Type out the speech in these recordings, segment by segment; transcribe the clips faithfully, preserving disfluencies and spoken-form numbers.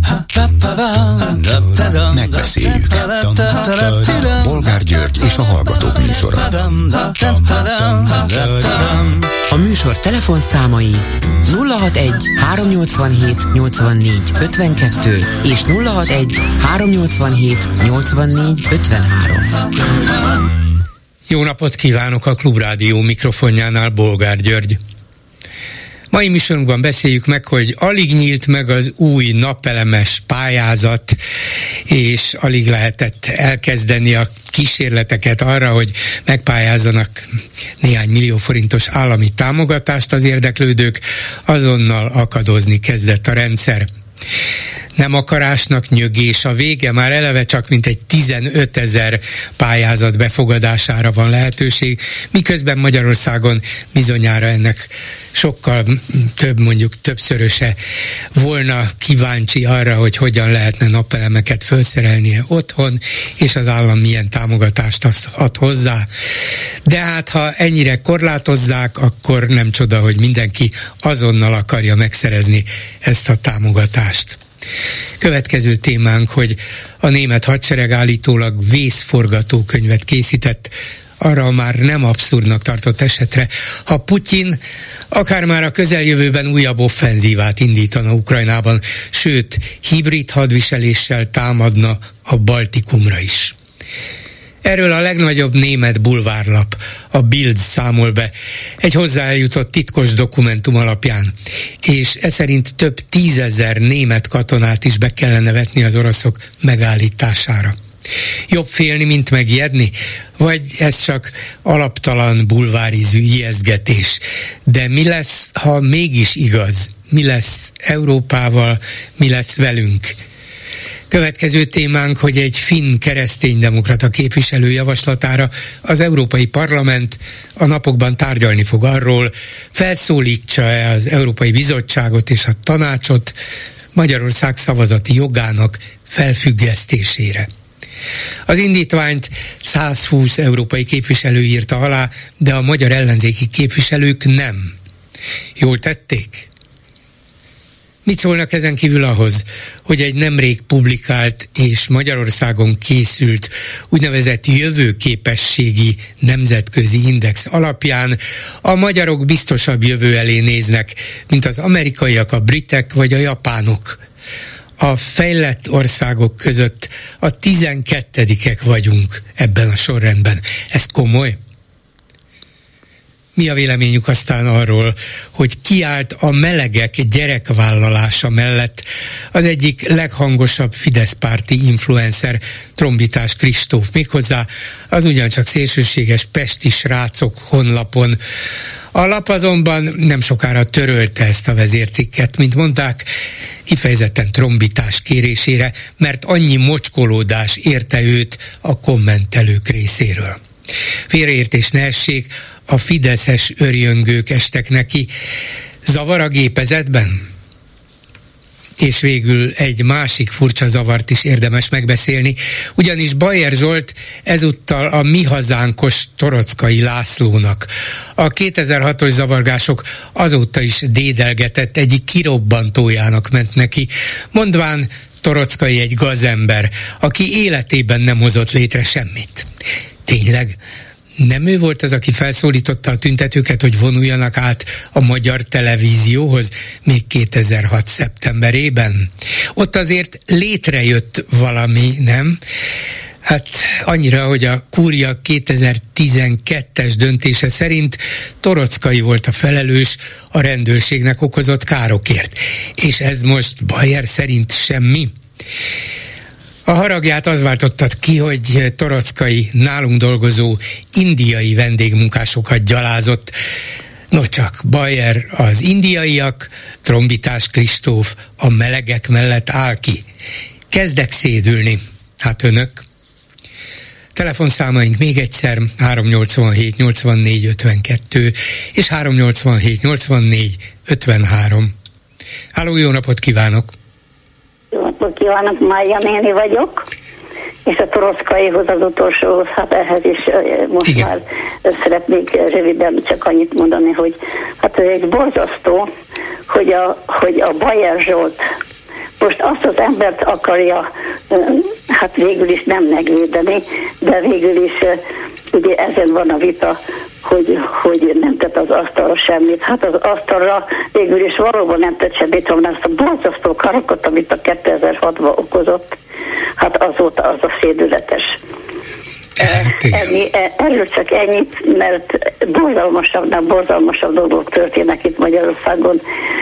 Megbeszéljük. Bolgár György és a Hallgatók műsora. A műsor telefonszámai nulla hatvanegy háromnyolcvanhét nyolcvannégy ötvenkettő és nulla hatvanegy háromnyolcvanhét nyolcvannégy ötvenhárom. Jó napot kívánok, a Klubrádió mikrofonjánál Bolgár György. Mai műsorunkban beszéljük meg, hogy alig nyílt meg az új napelemes pályázat, és alig lehetett elkezdeni a kísérleteket arra, hogy megpályázzanak néhány millió forintos állami támogatást az érdeklődők, azonnal akadozni kezdett a rendszer. Nem akarásnak nyögés a vége, már eleve csak mintegy tizenötezer pályázat befogadására van lehetőség, miközben Magyarországon bizonyára ennek sokkal több, mondjuk többszöröse volna kíváncsi arra, hogy hogyan lehetne napelemeket felszerelnie otthon, és az állam milyen támogatást azt ad hozzá. De hát, ha ennyire korlátozzák, akkor nem csoda, hogy mindenki azonnal akarja megszerezni ezt a támogatást. Következő témánk, hogy a német hadsereg állítólag vészforgatókönyvet készített arra már nem abszurdnak tartott esetre, ha Putyin akár már a közeljövőben újabb offenzívát indítana Ukrajnában, sőt, hibrid hadviseléssel támadna a Baltikumra is. Erről a legnagyobb német bulvárlap, a Bild számol be, egy hozzá eljutott titkos dokumentum alapján, és e szerint több tízezer német katonát is be kellene vetni az oroszok megállítására. Jobb félni, mint megijedni? Vagy ez csak alaptalan bulvárizű ijesztgetés? De mi lesz, ha mégis igaz? Mi lesz Európával? Mi lesz velünk? Következő témánk, hogy egy finn kereszténydemokrata képviselő javaslatára az Európai Parlament a napokban tárgyalni fog arról, felszólítsa-e az Európai Bizottságot és a tanácsot Magyarország szavazati jogának felfüggesztésére. Az indítványt százhúsz európai képviselő írta alá, de a magyar ellenzéki képviselők nem. Jól tették? Mit szólnak ezen kívül ahhoz, hogy egy nemrég publikált és Magyarországon készült úgynevezett jövőképességi nemzetközi index alapján a magyarok biztosabb jövő elé néznek, mint az amerikaiak, a britek vagy a japánok. A fejlett országok között a tizenkettedikek vagyunk ebben a sorrendben. Ez komoly? Mi a véleményük aztán arról, hogy kiállt a melegek gyerekvállalása mellett az egyik leghangosabb Fidesz párti influencer, Trombitás Kristóf, méghozzá az ugyancsak szélsőséges Pesti Srácok honlapon. A lap azonban nem sokára törölte ezt a vezércikket, mint mondták, kifejezetten Trombitás kérésére, mert annyi mocskolódás érte őt a kommentelők részéről. Félreértés ne essék, a fideszes örjöngők estek neki. Zavar a gépezetben? És végül egy másik furcsa zavart is érdemes megbeszélni, ugyanis Bayer Zsolt ezúttal a mi hazánkos Torockai Lászlónak. A kétezer-hatos zavargások azóta is dédelgetett egyik kirobbantójának ment neki, mondván Torockai egy gazember, aki életében nem hozott létre semmit. Tényleg? Nem ő volt az, aki felszólította a tüntetőket, hogy vonuljanak át a magyar televízióhoz még kétezer-hat szeptemberében? Ott azért létrejött valami, nem? Hát annyira, hogy a kúria kétezer-tizenkettes döntése szerint Torockai volt a felelős a rendőrségnek okozott károkért. És ez most Bayer szerint semmi? A haragját az váltottat ki, hogy Torockai nálunk dolgozó indiai vendégmunkásokat gyalázott. No csak, Bayer az indiaiak, Trombitás Kristóf a melegek mellett áll ki. Kezdek szédülni. Hát önök? Telefonszámaink még egyszer háromnyolcvanhét nyolcvannégy ötvenkettő és háromnyolcvanhét nyolcvannégy ötvenhárom. Háló, jó napot kívánok! Jó napot kívánok, Mária néni vagyok, és a Torockaihoz az utolsó, hát ehhez is most igen. Már szeretnék röviden csak annyit mondani, hogy hát ez egy borzasztó, hogy a, hogy a Bayer Zsolt Most azt az embert akarja, hát végül is nem megvédeni, de végül is ugye ezen van a vita, hogy, hogy nem tett az asztalra semmit. Hát az asztalra végül is valóban nem tett semmit, hanem azt a borzasztó karakot, amit a kétezer-hatban okozott, hát azóta az a szédületes. Ennyi, erről csak ennyit, mert borzalmasabbnál borzalmasabb dolgok történnek itt Magyarországon.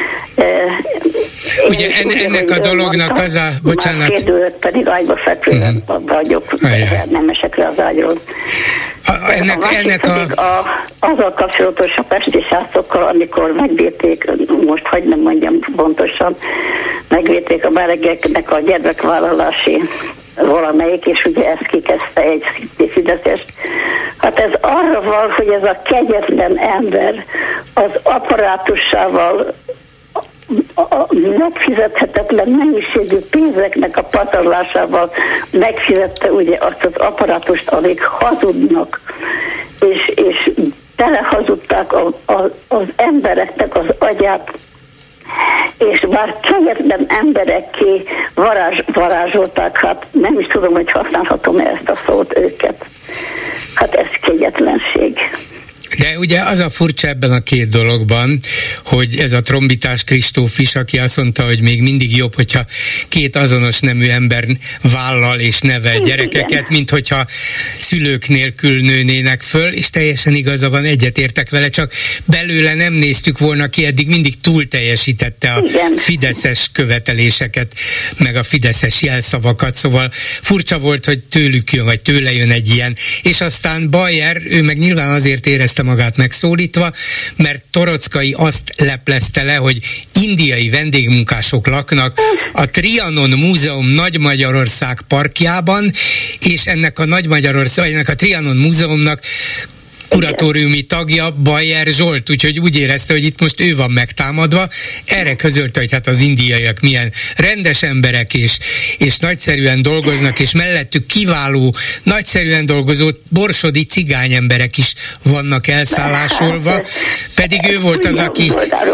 Ugye en, úgy, ennek a dolognak mondta, az a... Bocsánat. Már kérdőlök pedig ágyba fekvően uh-huh. vagyok, nem esek le az ágyról. A, ennek, a ennek a... a... Azzal kapcsolatos a pesti sászokkal, amikor megvédték, most hogy nem mondjam pontosan, megvédték a melegeknek a gyermekvállalási valamelyik, és ugye ezt kikezdte egy fideszes. Hát ez arra van, hogy ez a kegyetlen ember az apparátussával a megfizethetetlen mennyiségű pénzeknek a pazarlásával megfizette ugye azt az apparátust, amik hazudnak, és, és telehazudták a, a, az embereknek az agyát, és már kegyetlen emberekké varázs, varázsolták, hát nem is tudom, hogy használhatom ezt a szót őket. Hát ez kegyetlenség. De ugye az a furcsa ebben a két dologban, hogy ez a trombitás Kristóf is, aki azt mondta, hogy még mindig jobb, hogyha két azonos nemű ember vállal és nevel gyerekeket, mint hogyha szülők nélkül nőnének föl, és teljesen igaza van, egyetértek vele, csak belőle nem néztük volna ki, eddig mindig túl teljesítette a igen. fideszes követeléseket, meg a fideszes jelszavakat, szóval furcsa volt, hogy tőlük jön, vagy tőle jön egy ilyen, és aztán Bayer, ő meg nyilván azért érezte magát megszólítva, mert Torockai azt leplezte le, hogy indiai vendégmunkások laknak a Trianon Múzeum Nagy-Magyarország parkjában, és ennek a Nagy-Magyarország, ennek a Trianon Múzeumnak kuratóriumi tagja Bayer Zsolt, úgyhogy úgy érezte, hogy itt most ő van megtámadva. Erre közölte, hogy hát az indiaiak milyen rendes emberek, és, és nagyszerűen dolgoznak, és mellettük kiváló, nagyszerűen dolgozó borsodi cigány emberek is vannak elszállásolva, pedig ő volt az, aki...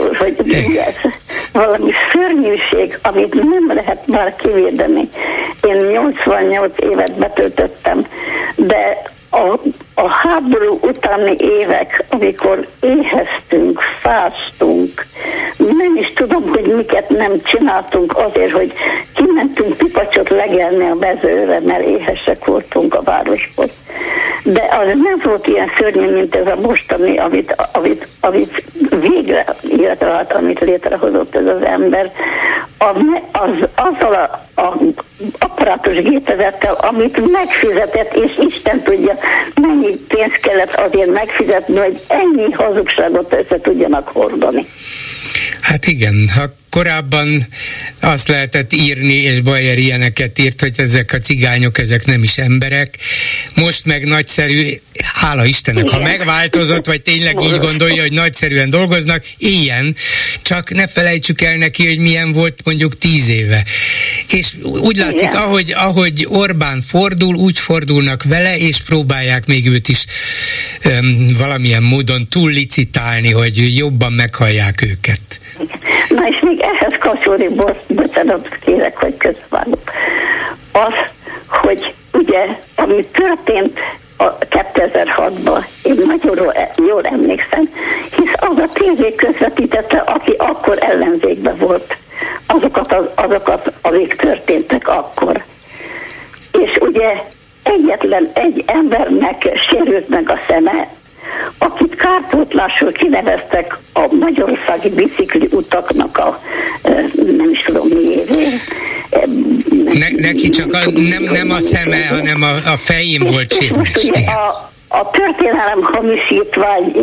Valami szörnyűség, amit nem lehet már kivédeni. Én nyolcvannyolc évet betöltöttem, de A, a háború utáni évek, amikor éheztünk, fáztunk, nem is tudom, hogy miket nem csináltunk azért, hogy kimentünk pipacsot legelni a mezőre, mert éhesek voltunk a városból. De az nem volt ilyen szörnyű, mint ez a mostani, amit, amit, amit végre életre állt, amit létrehozott ez az ember. A, az, azzal a, a apparátus gépezettel, amit megfizetett, és Isten tudja, mennyi pénzt kellett azért megfizetni, hogy ennyi hazugságot össze tudjanak hordani. Hát igen, ha korábban azt lehetett írni, és Bayer ilyeneket írt, hogy ezek a cigányok, ezek nem is emberek. Most meg nagyszerű, hála Istennek, igen. Ha megváltozott, vagy tényleg így gondolja, hogy nagyszerűen dolgoznak, ilyen, csak ne felejtsük el neki, hogy milyen volt mondjuk tíz éve. És úgy látszik, ahogy, ahogy Orbán fordul, úgy fordulnak vele, és próbálják még őt is um, valamilyen módon túllicitálni, hogy jobban meghallják őket. Na és még ehhez kapcsolódik, bocsánat, kérek, hogy közvágok. Az, hogy ugye, ami történt a kétezer-hatban, én nagyon jól emlékszem, hisz az a tévé közvetítette, aki akkor ellenzékben volt, azokat, az, azokat, amik történtek akkor. És ugye egyetlen egy embernek sérült meg a szeme, akit kárpótlásul kineveztek a magyarországi bicikli utaknak a nem is tudom miért. Ne, neki csak a, nem, nem a szeme, hanem a, a fején volt sérülés. A, a történelem hamisítvány,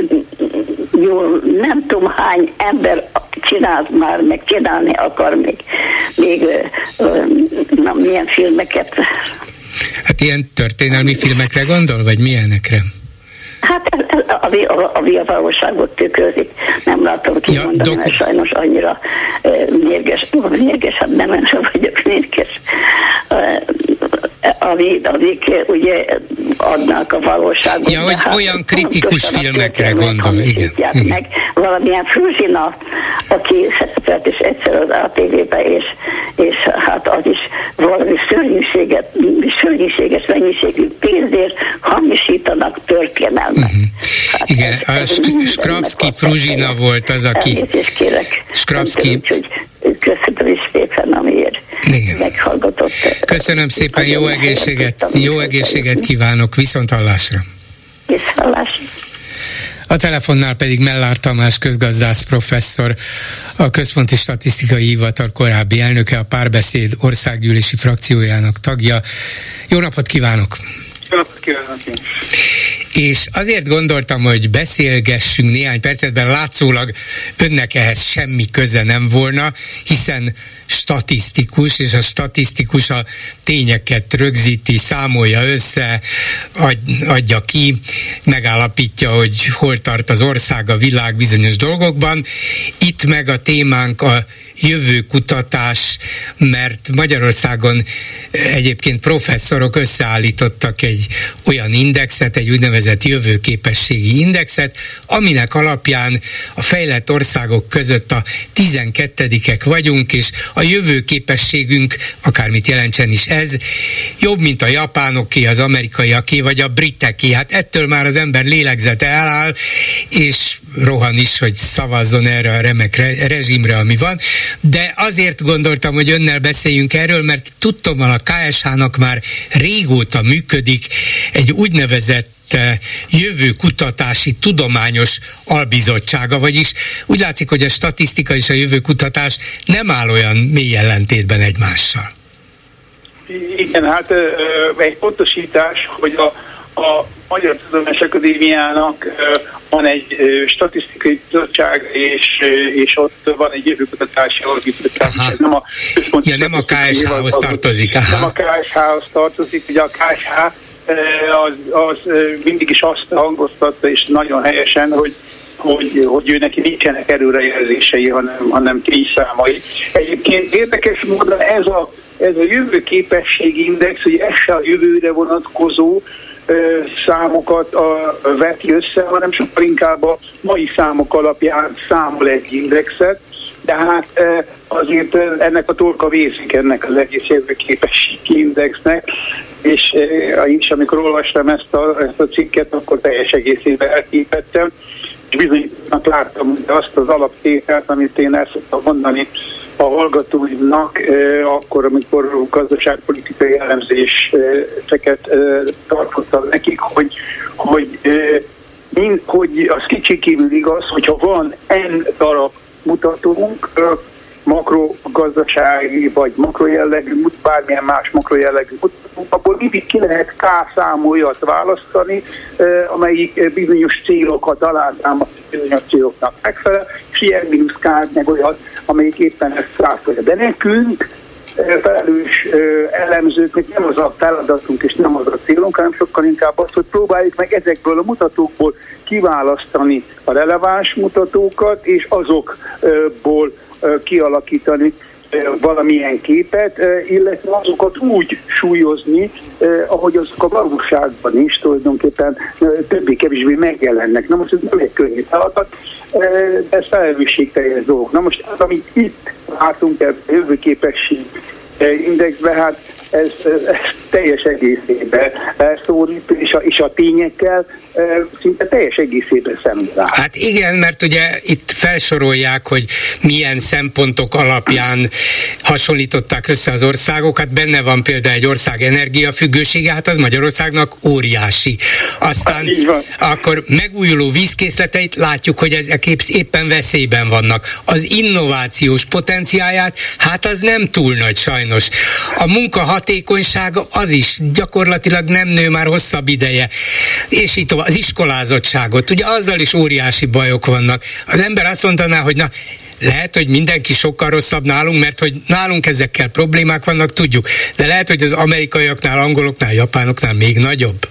jól nem tudom hány ember csinál már, meg csinálni akar még, még na, milyen filmeket. Hát ilyen történelmi filmekre gondol, vagy milyenekre? Hát a, a, a valóságot tükrözik. Nem látom ki ja, mondani, doku- mert sajnos annyira uh, mérges, mérges, hát nem olyan vagyok mérges, uh, amik, amik ugye adnak a valóságot. Ja, hogy hát olyan kritikus filmekre gondol, igen. igen. Meg valamilyen Fruzsina, aki szerepelt is egyszer az á té vé-be, és, és hát az is valami szörnyűséget, szörnyűséges mennyiségű pénzért hamisítanak történelmet. Uh-huh. Hát igen, ez, a Skrapszky Fruzsina volt az, aki... Elnézést kérek. Skrapszky... Köszönöm is szépen, amiért igen. meghallgatott. Köszönöm szépen, jó egészséget, jó egészséget kívánok, viszont hallásra. Viszont hallásra. A telefonnál pedig Mellár Tamás közgazdász professzor, a Központi Statisztikai Hivatal korábbi elnöke, a Párbeszéd országgyűlési frakciójának tagja. Jó napot kívánok! Jó napot kívánok! És azért gondoltam, hogy beszélgessünk néhány percetben, látszólag önnek ehhez semmi köze nem volna, hiszen statisztikus, és a statisztikus a tényeket rögzíti, számolja össze, adja ki, megállapítja, hogy hol tart az ország, a világ bizonyos dolgokban. Itt meg a témánk a jövőkutatás, mert Magyarországon egyébként professzorok összeállítottak egy olyan indexet, egy úgynevezett jövőképességi indexet, aminek alapján a fejlett országok között a tizenkettedikek vagyunk, és a jövőképességünk, akármit jelentsen is ez, jobb, mint a japánoké, az amerikaiaké, vagy a briteké. Hát ettől már az ember lélegzete eláll, és rohan is, hogy szavazzon erre a remek re- rezsimre, ami van. De azért gondoltam, hogy önnel beszéljünk erről, mert tudtom, a ká es há-nak már régóta működik egy úgynevezett jövőkutatási tudományos albizottsága, vagyis úgy látszik, hogy a statisztika és a jövőkutatás nem áll olyan mély ellentétben egymással. Igen, hát egy pontosítás, hogy a, a Magyar Tudományos Akadémiának van egy statisztikai bizottság, és, és ott van egy jövőkutatási alapítvány. Ez nem a ja, nem a ká es há-hoz tartozik. Aha. Nem a ká es há-hoz tartozik, ugye a ká es há az, az mindig is azt hangoztatta, és nagyon helyesen, hogy hogy, hogy ő neki nincsenek előrejelzései, hanem, hanem kényszámai. Egyébként érdekes módon ez a, ez a jövőképességi index, hogy ez se a jövőre vonatkozó számokat a, veti össze, hanem sokkal inkább a mai számok alapján számol egy indexet, de hát azért ennek a torka vészik ennek az egész jövőképességi indexnek, és én is, amikor olvastam ezt a, ezt a cikket, akkor teljes egészében elképettem, és bizonyítanak láttam azt az alaptételt, amit én el szoktam mondani a hallgatóimnak, eh, akkor, amikor gazdaságpolitikai elemzéseket eh, tartottam nekik, hogy, hogy, eh, mind, hogy az kicsikívül igaz, hogyha van N darab mutatónk, eh, makrogazdasági vagy makrojellegű, bármilyen más makrojellegű mutatónk, abból mindig ki lehet K számú olyat választani, eh, amelyik bizonyos célokat alátámaszt, bizonyos céloknak megfelel, és ilyen mínusz K meg olyat, amelyik éppen ezt száfolja. De nekünk, felelős elemzőknek nem az a feladatunk és nem az a célunk, hanem sokkal inkább az, hogy próbáljuk meg ezekből a mutatókból kiválasztani a releváns mutatókat, és azokból kialakítani valamilyen képet, illetve azokat úgy súlyozni, ahogy azok a valóságban is tulajdonképpen többé-kevésbé megjelennek. Na most ez nem egy könnyű feladat, de ez felelősségteljes dolog. Na most az, amit itt látunk a jövőképesség indexben, hát ez, ez teljes egészében elszólít, és a, és a tényekkel szinte teljes egészében szemben. Hát igen, mert ugye itt felsorolják, hogy milyen szempontok alapján hasonlították össze az országokat. Benne van például egy ország energiafüggősége, hát az Magyarországnak óriási. Aztán akkor megújuló vízkészleteit látjuk, hogy ezek éppen veszélyben vannak. Az innovációs potenciáját, hát az nem túl nagy sajnos. A munka hatékonysága az is gyakorlatilag nem nő már hosszabb ideje. És itt az iskolázottságot, ugye azzal is óriási bajok vannak. Az ember azt mondaná, hogy na, lehet, hogy mindenki sokkal rosszabb nálunk, mert hogy nálunk ezekkel problémák vannak, tudjuk. De lehet, hogy az amerikaiaknál, angoloknál, japánoknál még nagyobb.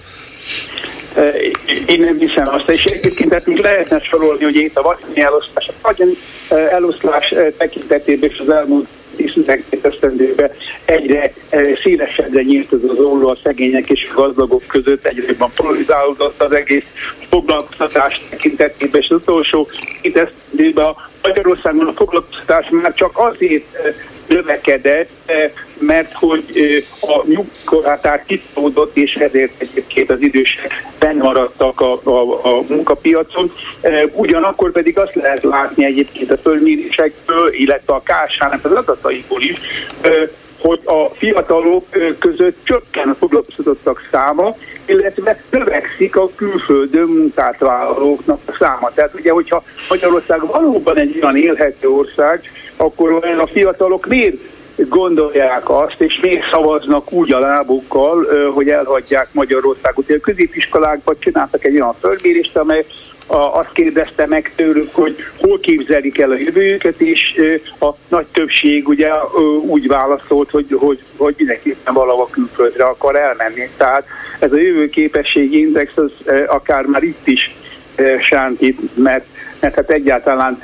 Én nem hiszem azt, és egyébként tehát még lehetne sorolni, hogy itt a vagyoni elosztás, a vagyoni eloszlás tekintetében is az elmúlt tíz-tizenkét esztendőben egyre szélesebbre nyílt az az olló a szegények és a gazdagok között, egyre jobban polarizálódott az egész foglalkoztatás tekintetében, és az utolsó két esztendőben Magyarországon a foglalkoztatás már csak azért növekedett, mert hogy a nyugdíjkorhatár kitolódott, és ezért egyébként az idősek benn maradtak a, a, a munkapiacon. Ugyanakkor pedig azt lehet látni egyébként a fölmérésekből, illetve a ká es há-nak az adataiból is, hogy a fiatalok között csökken a foglalkoztatottak száma, illetve növekszik a külföldön munkát vállalóknak a száma. Tehát ugye, hogyha Magyarország valóban egy olyan élhető ország, akkor a fiatalok miért gondolják azt, és miért szavaznak úgy a lábukkal, hogy elhagyják Magyarországot. A középiskolákban csináltak egy olyan fölmérést, amely azt kérdezte meg tőlük, hogy hol képzelik el a jövőjüket, és a nagy többség ugye úgy válaszolt, hogy, hogy, hogy mindenképpen valahol külföldre akar elmenni. Tehát ez a jövőképességi index az akár már itt is sántít, mert, mert hát egyáltalán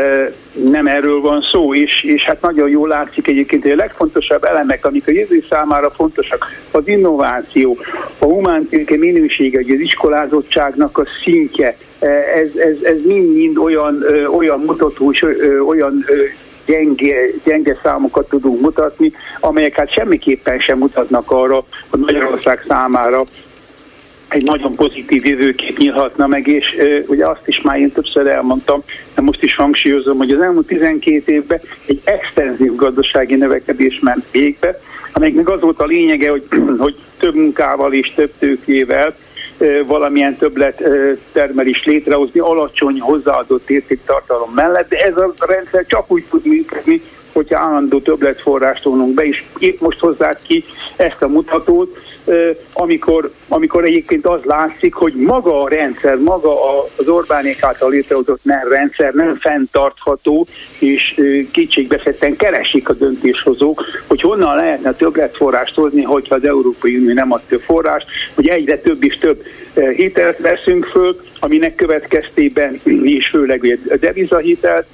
nem erről van szó, és, és hát nagyon jól látszik egyébként, hogy a legfontosabb elemek, amik a jövő számára fontosak, az innováció, a humántőke minősége, az iskolázottságnak a szintje, ez, ez, ez mind-mind olyan, olyan mutató, és olyan gyenge, gyenge számokat tudunk mutatni, amelyek hát semmiképpen sem mutatnak arra, hogy Magyarország számára egy nagyon pozitív jövőkép nyílhatna meg, és uh, ugye azt is már én többször elmondtam, de most is hangsúlyozom, hogy az elmúlt tizenkét évben egy extenzív gazdasági növekedés ment végbe, amelynek az volt a lényege, hogy, hogy több munkával és több tőkével uh, valamilyen többlet uh, termelés létrehozni, alacsony hozzáadott értéktartalom mellett, de ez a rendszer csak úgy tud működni, hogyha állandó többletforrást vonunk be, és épp most hozzák ki ezt a mutatót, amikor, amikor egyébként az látszik, hogy maga a rendszer, maga az Orbánék által létrehozott nem rendszer nem fenntartható, és kétségbeszetten keresik a döntéshozók, hogy honnan lehetne többletforrást hozni, hogyha az Európai Unió nem ad több forrást, hogy egyre több és több hitelt veszünk föl, aminek következtében, és főleg a devizahitelt,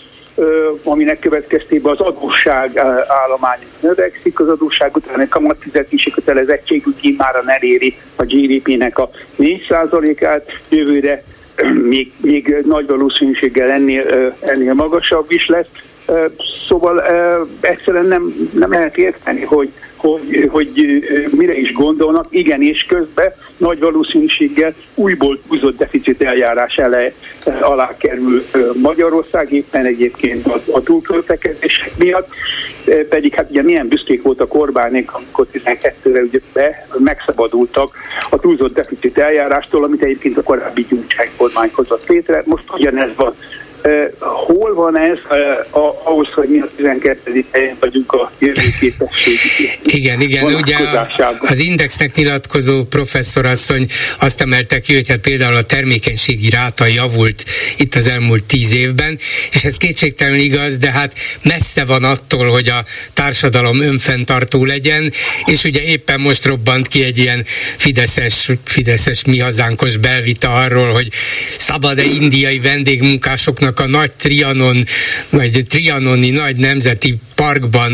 aminek következtében az adósság állomány növekszik, az adósság után a kamatfizetési kötelezettségük immáron eléri a gé dé pé-nek a négy százalékát, jövőre még, még nagy valószínűséggel ennél, ennél magasabb is lesz. Szóval egyszerűen nem, nem lehet érteni, hogy, hogy, hogy mire is gondolnak, igen, és közben nagy valószínűséggel újból húzott deficit eljárás ele, alá kerül Magyarország, éppen egyébként a, a túlköltekezések miatt, pedig hát ugye milyen büszkék voltak Orbánék, amikor tizenkettőre ugye be, megszabadultak a túlzott deficit eljárástól, amit egyébként a korábbi Gyurcsány kormány hozott létre. Most ugyanez van. Uh, hol van ez uh, ahhoz, hogy mi a tizenkettedik helyen vagyunk a jövőképességi? Igen, igen, ugye az Indexnek nyilatkozó professzorasszony azt emelte ki, hogy hát például a termékenységi ráta javult itt az elmúlt tíz évben, és ez kétségtelenül igaz, de hát messze van attól, hogy a társadalom önfenntartó legyen, és ugye éppen most robbant ki egy ilyen fideszes, fideszes mi hazánkos belvita arról, hogy szabad-e indiai vendégmunkásoknak a nagy Trianon, vagy trianoni nagy nemzeti parkban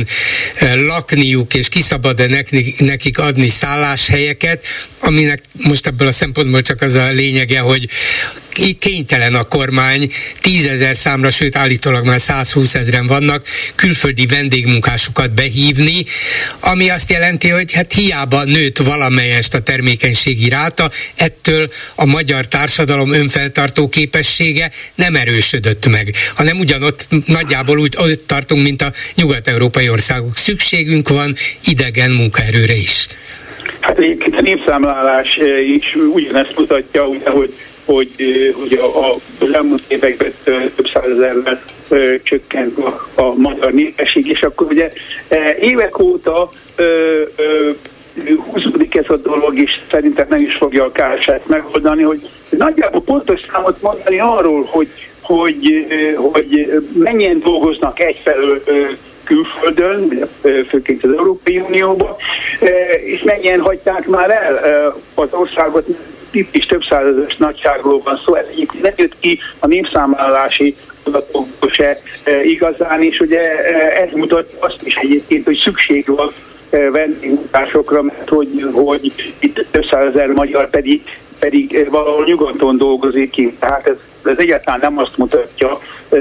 lakniuk, és kiszabad-e nekik adni szálláshelyeket, aminek most ebből a szempontból csak az a lényege, hogy kénytelen a kormány tízezer számra, sőt állítólag már százhúszezren vannak külföldi vendégmunkásokat behívni, ami azt jelenti, hogy hát hiába nőtt valamelyest a termékenységi ráta, ettől a magyar társadalom önfenntartó képessége nem erősödött meg, hanem ugyanott nagyjából úgy ott tartunk, mint a nyugat-európai országok. Szükségünk van idegen munkaerőre is. Hát egyébként a népszámlálás is ugyanezt mutatja, ugye, hogy hogy, hogy a, a, az elmúlt években több százezerrel csökkent a, a magyar népesség, és akkor ugye évek óta ö, ö, húzódik ez a dolog, és szerintem nem is fogja a ká es há-t megoldani, hogy nagyjából pontos számot mondani arról, hogy, hogy, hogy mennyien dolgoznak egyfelől külföldön, főként az Európai Unióban, és mennyien hagyták már el az országot. Itt is több százezres nagyságról van szó, ez egyébként nem jött ki a népszámlálási adatokból se igazán, és ugye ez mutat azt is egyébként, hogy szükség van vendégmunkásokra, mert hogy, hogy itt több százezer magyar pedig, pedig valahol nyugaton dolgozik ki. Tehát ez, ez egyáltalán nem azt mutatja,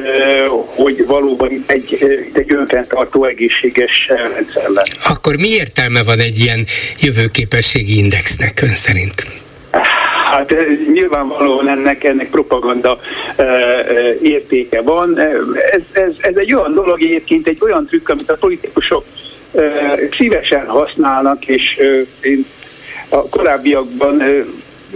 hogy valóban itt egy, itt egy önfenntartó egészséges rendszer lenne. Akkor mi értelme van egy ilyen jövőképességi indexnek ön szerint? Hát nyilvánvalóan ennek, ennek propaganda uh, uh, értéke van. Ez, ez, ez egy olyan dolog egyébként, egy olyan trükk, amit a politikusok uh, szívesen használnak, és uh, én a korábbiakban uh,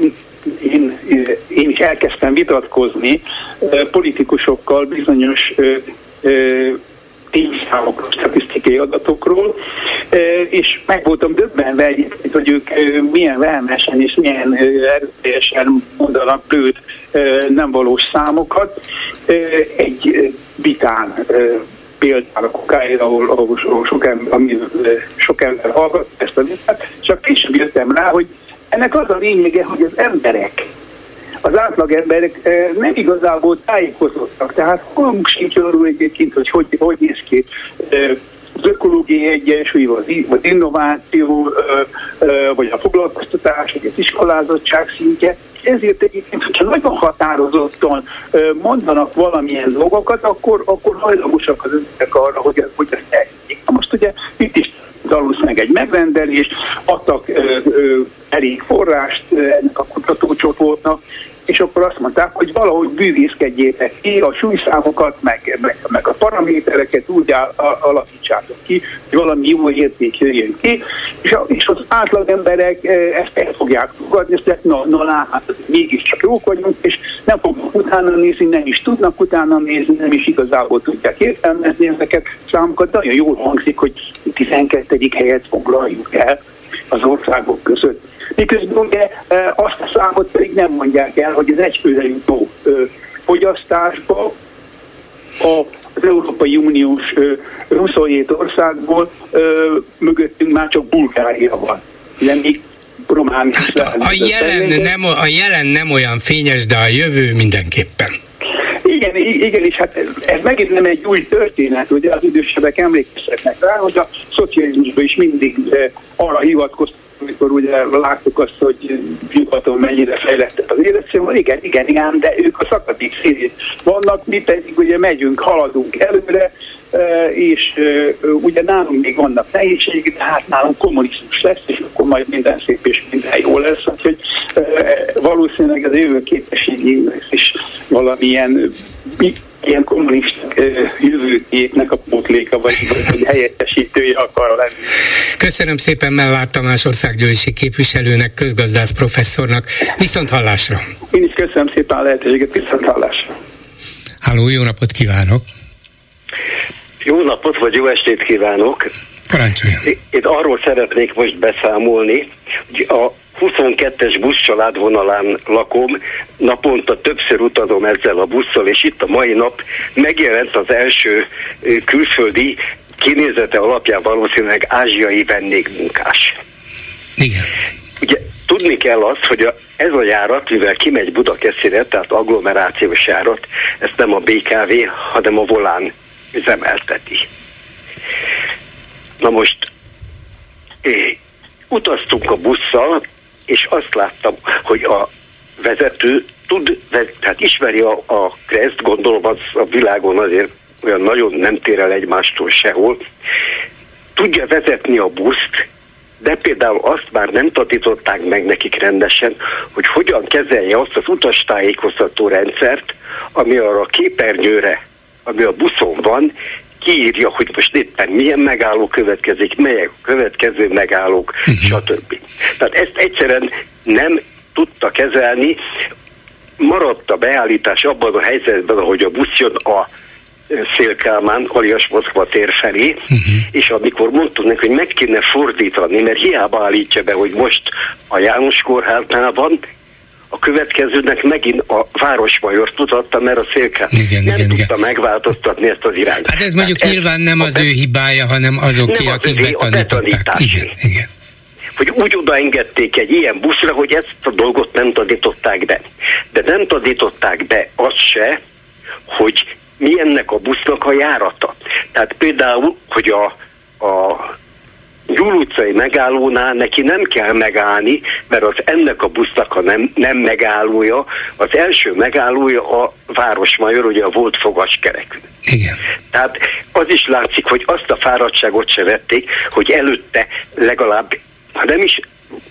én, én is elkezdtem vitatkozni uh, politikusokkal bizonyos uh, uh, tényszámokról, statisztikai adatokról, és meg voltam döbbenve egyébként, hogy ők milyen vehemesen és milyen erőteljesen mondanak bőt nem valós számokat. Egy vitán, például a kokáért, ahol, ahol, ahol sok, ember, ami, sok ember hallgat ezt a vitát, csak később jöttem rá, hogy ennek az a lényege, hogy az emberek, az átlag emberek nem igazából tájékozottak. Tehát fogalmuk sincs arról egyébként, hogy hogy, hogy néz ki az ökológiai egyensúly, az innováció, vagy a foglalkoztatás, vagy az iskolázottság szintje. Ezért egyébként, hogyha nagyon határozottan mondanak valamilyen dolgokat, akkor, akkor hajlamosak az emberek arra, hogy, hogy ezt elhiggyék. Most ugye itt is valószínűleg egy megrendelés, adtak ö, ö, elég forrást ennek a kutatócsoportnak, és akkor azt mondták, hogy valahogy bűvészkedjétek ki, a súlyszámokat, meg, meg, meg a paramétereket úgy áll, alakítsátok ki, hogy valami jó érték jöjjön ki, és, a, és az átlag emberek ezt el fogják fogadni, ezt lehet, na, na lá, hát mégiscsak jók vagyunk, és nem fognak utána nézni, nem is tudnak utána nézni, nem is igazából tudják értelmezni ezeket számokat, de nagyon jól hangzik, hogy tizenkettedik helyet foglaljuk el az országok között. Miközben ugye azt a számot pedig nem mondják el, hogy az egyfőre jutó fogyasztásba az Európai Uniós huszonhét országból mögöttünk már csak Bulgária van. Ugye még Románia. Hát a, a, jelen nem, a jelen nem olyan fényes, de a jövő mindenképpen. Igen, igen, és hát ez, ez megint nem egy új történet, ugye az idősebbek emlékezhetnek rá, hogy a szocializmusban is mindig arra hivatkoztak, amikor ugye láttuk azt, hogy nyugaton mennyire fejlett az életszínvonal, igen, igen, igen, de ők a szakadék szélén vannak, mi pedig ugye megyünk, haladunk előre, és ugye nálunk még vannak nehézségek, de hát nálunk kommunizmus lesz, és akkor majd minden szép és minden jó lesz, úgyhogy valószínűleg az jövőképességi is valamilyen ilyen kommunista jövőképnek a pótléka, vagy, vagy helyettesítője akar lenni. Köszönöm szépen Mellár Tamás országgyűlési képviselőnek, közgazdász professzornak. Viszont hallásra! Én is köszönöm szépen a lehetőséget, viszont hallásra! Halló, jó napot kívánok! Jó napot, vagy jó estét kívánok! Parancsoljon! Én arról szeretnék most beszámolni, hogy a huszonkettes buszcsalád vonalán lakom, naponta többször utazom ezzel a busszal, és itt a mai nap megjelent az első külföldi kinézete alapján valószínűleg ázsiai vendégmunkás. Igen. Ugye tudni kell azt, hogy a, ez a járat, mivel kimegy Budakeszire, tehát agglomerációs járat, ezt nem a bé ká vé, hanem a Volán üzemelteti. Na most é, utaztunk a busszal, és azt láttam, hogy a vezető tud, tehát ismeri a, a Kreszt, gondolom az a világon azért olyan nagyon nem tér el egymástól sehol, tudja vezetni a buszt, de például azt már nem tanították meg nekik rendesen, hogy hogyan kezelje azt az utastájékoztató rendszert, ami arra a képernyőre, ami a buszon van, kiírja, hogy most éppen milyen megálló következik, melyek a következő megállók, uh-huh. stb. Tehát ezt egyszerűen nem tudta kezelni, maradt a beállítás abban a helyzetben, ahogy a busz jön a Szél-Kálmán, alias Moszkva tér felé, uh-huh. és amikor mondtuk neki, hogy meg kéne fordítani, mert hiába állítja be, hogy most a János kórháznál van, a következőnek megint a városmajor tudatta, mert a szélkám igen, nem igen, tudta igen. megváltoztatni ezt az irányt. Hát ez mondjuk hát nyilván nem az be... ő hibája, hanem azoké, nem akik az betanították. Igen, igen. Hogy úgy odaengedték egy ilyen buszra, hogy ezt a dolgot nem tanították be. De nem tanították be azt se, hogy mi ennek a busznak a járata. Tehát például, hogy a, a Gyul utcai megállónál neki nem kell megállni, mert az ennek a busznak a nem, nem megállója, az első megállója a Városmajor, ugye a volt fogaskerekű. Igen. Tehát az is látszik, hogy azt a fáradtságot se vették, hogy előtte legalább, ha nem is,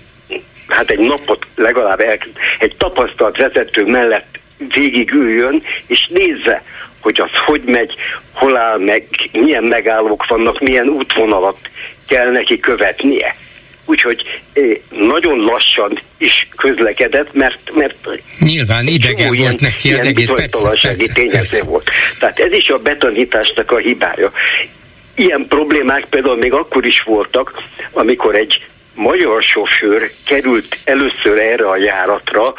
hát egy napot legalább el, egy tapasztalt vezető mellett végigüljön, és nézze, hogy az hogy megy, hol áll meg, milyen megállók vannak, milyen útvonalat kell neki követnie. Úgyhogy nagyon lassan is közlekedett, mert, mert nyilván idegen volt ilyen, neki az egész, persze, tényező volt. Tehát ez is a betanításnak a hibája. Ilyen problémák például még akkor is voltak, amikor egy magyar sofőr került először erre a járatra,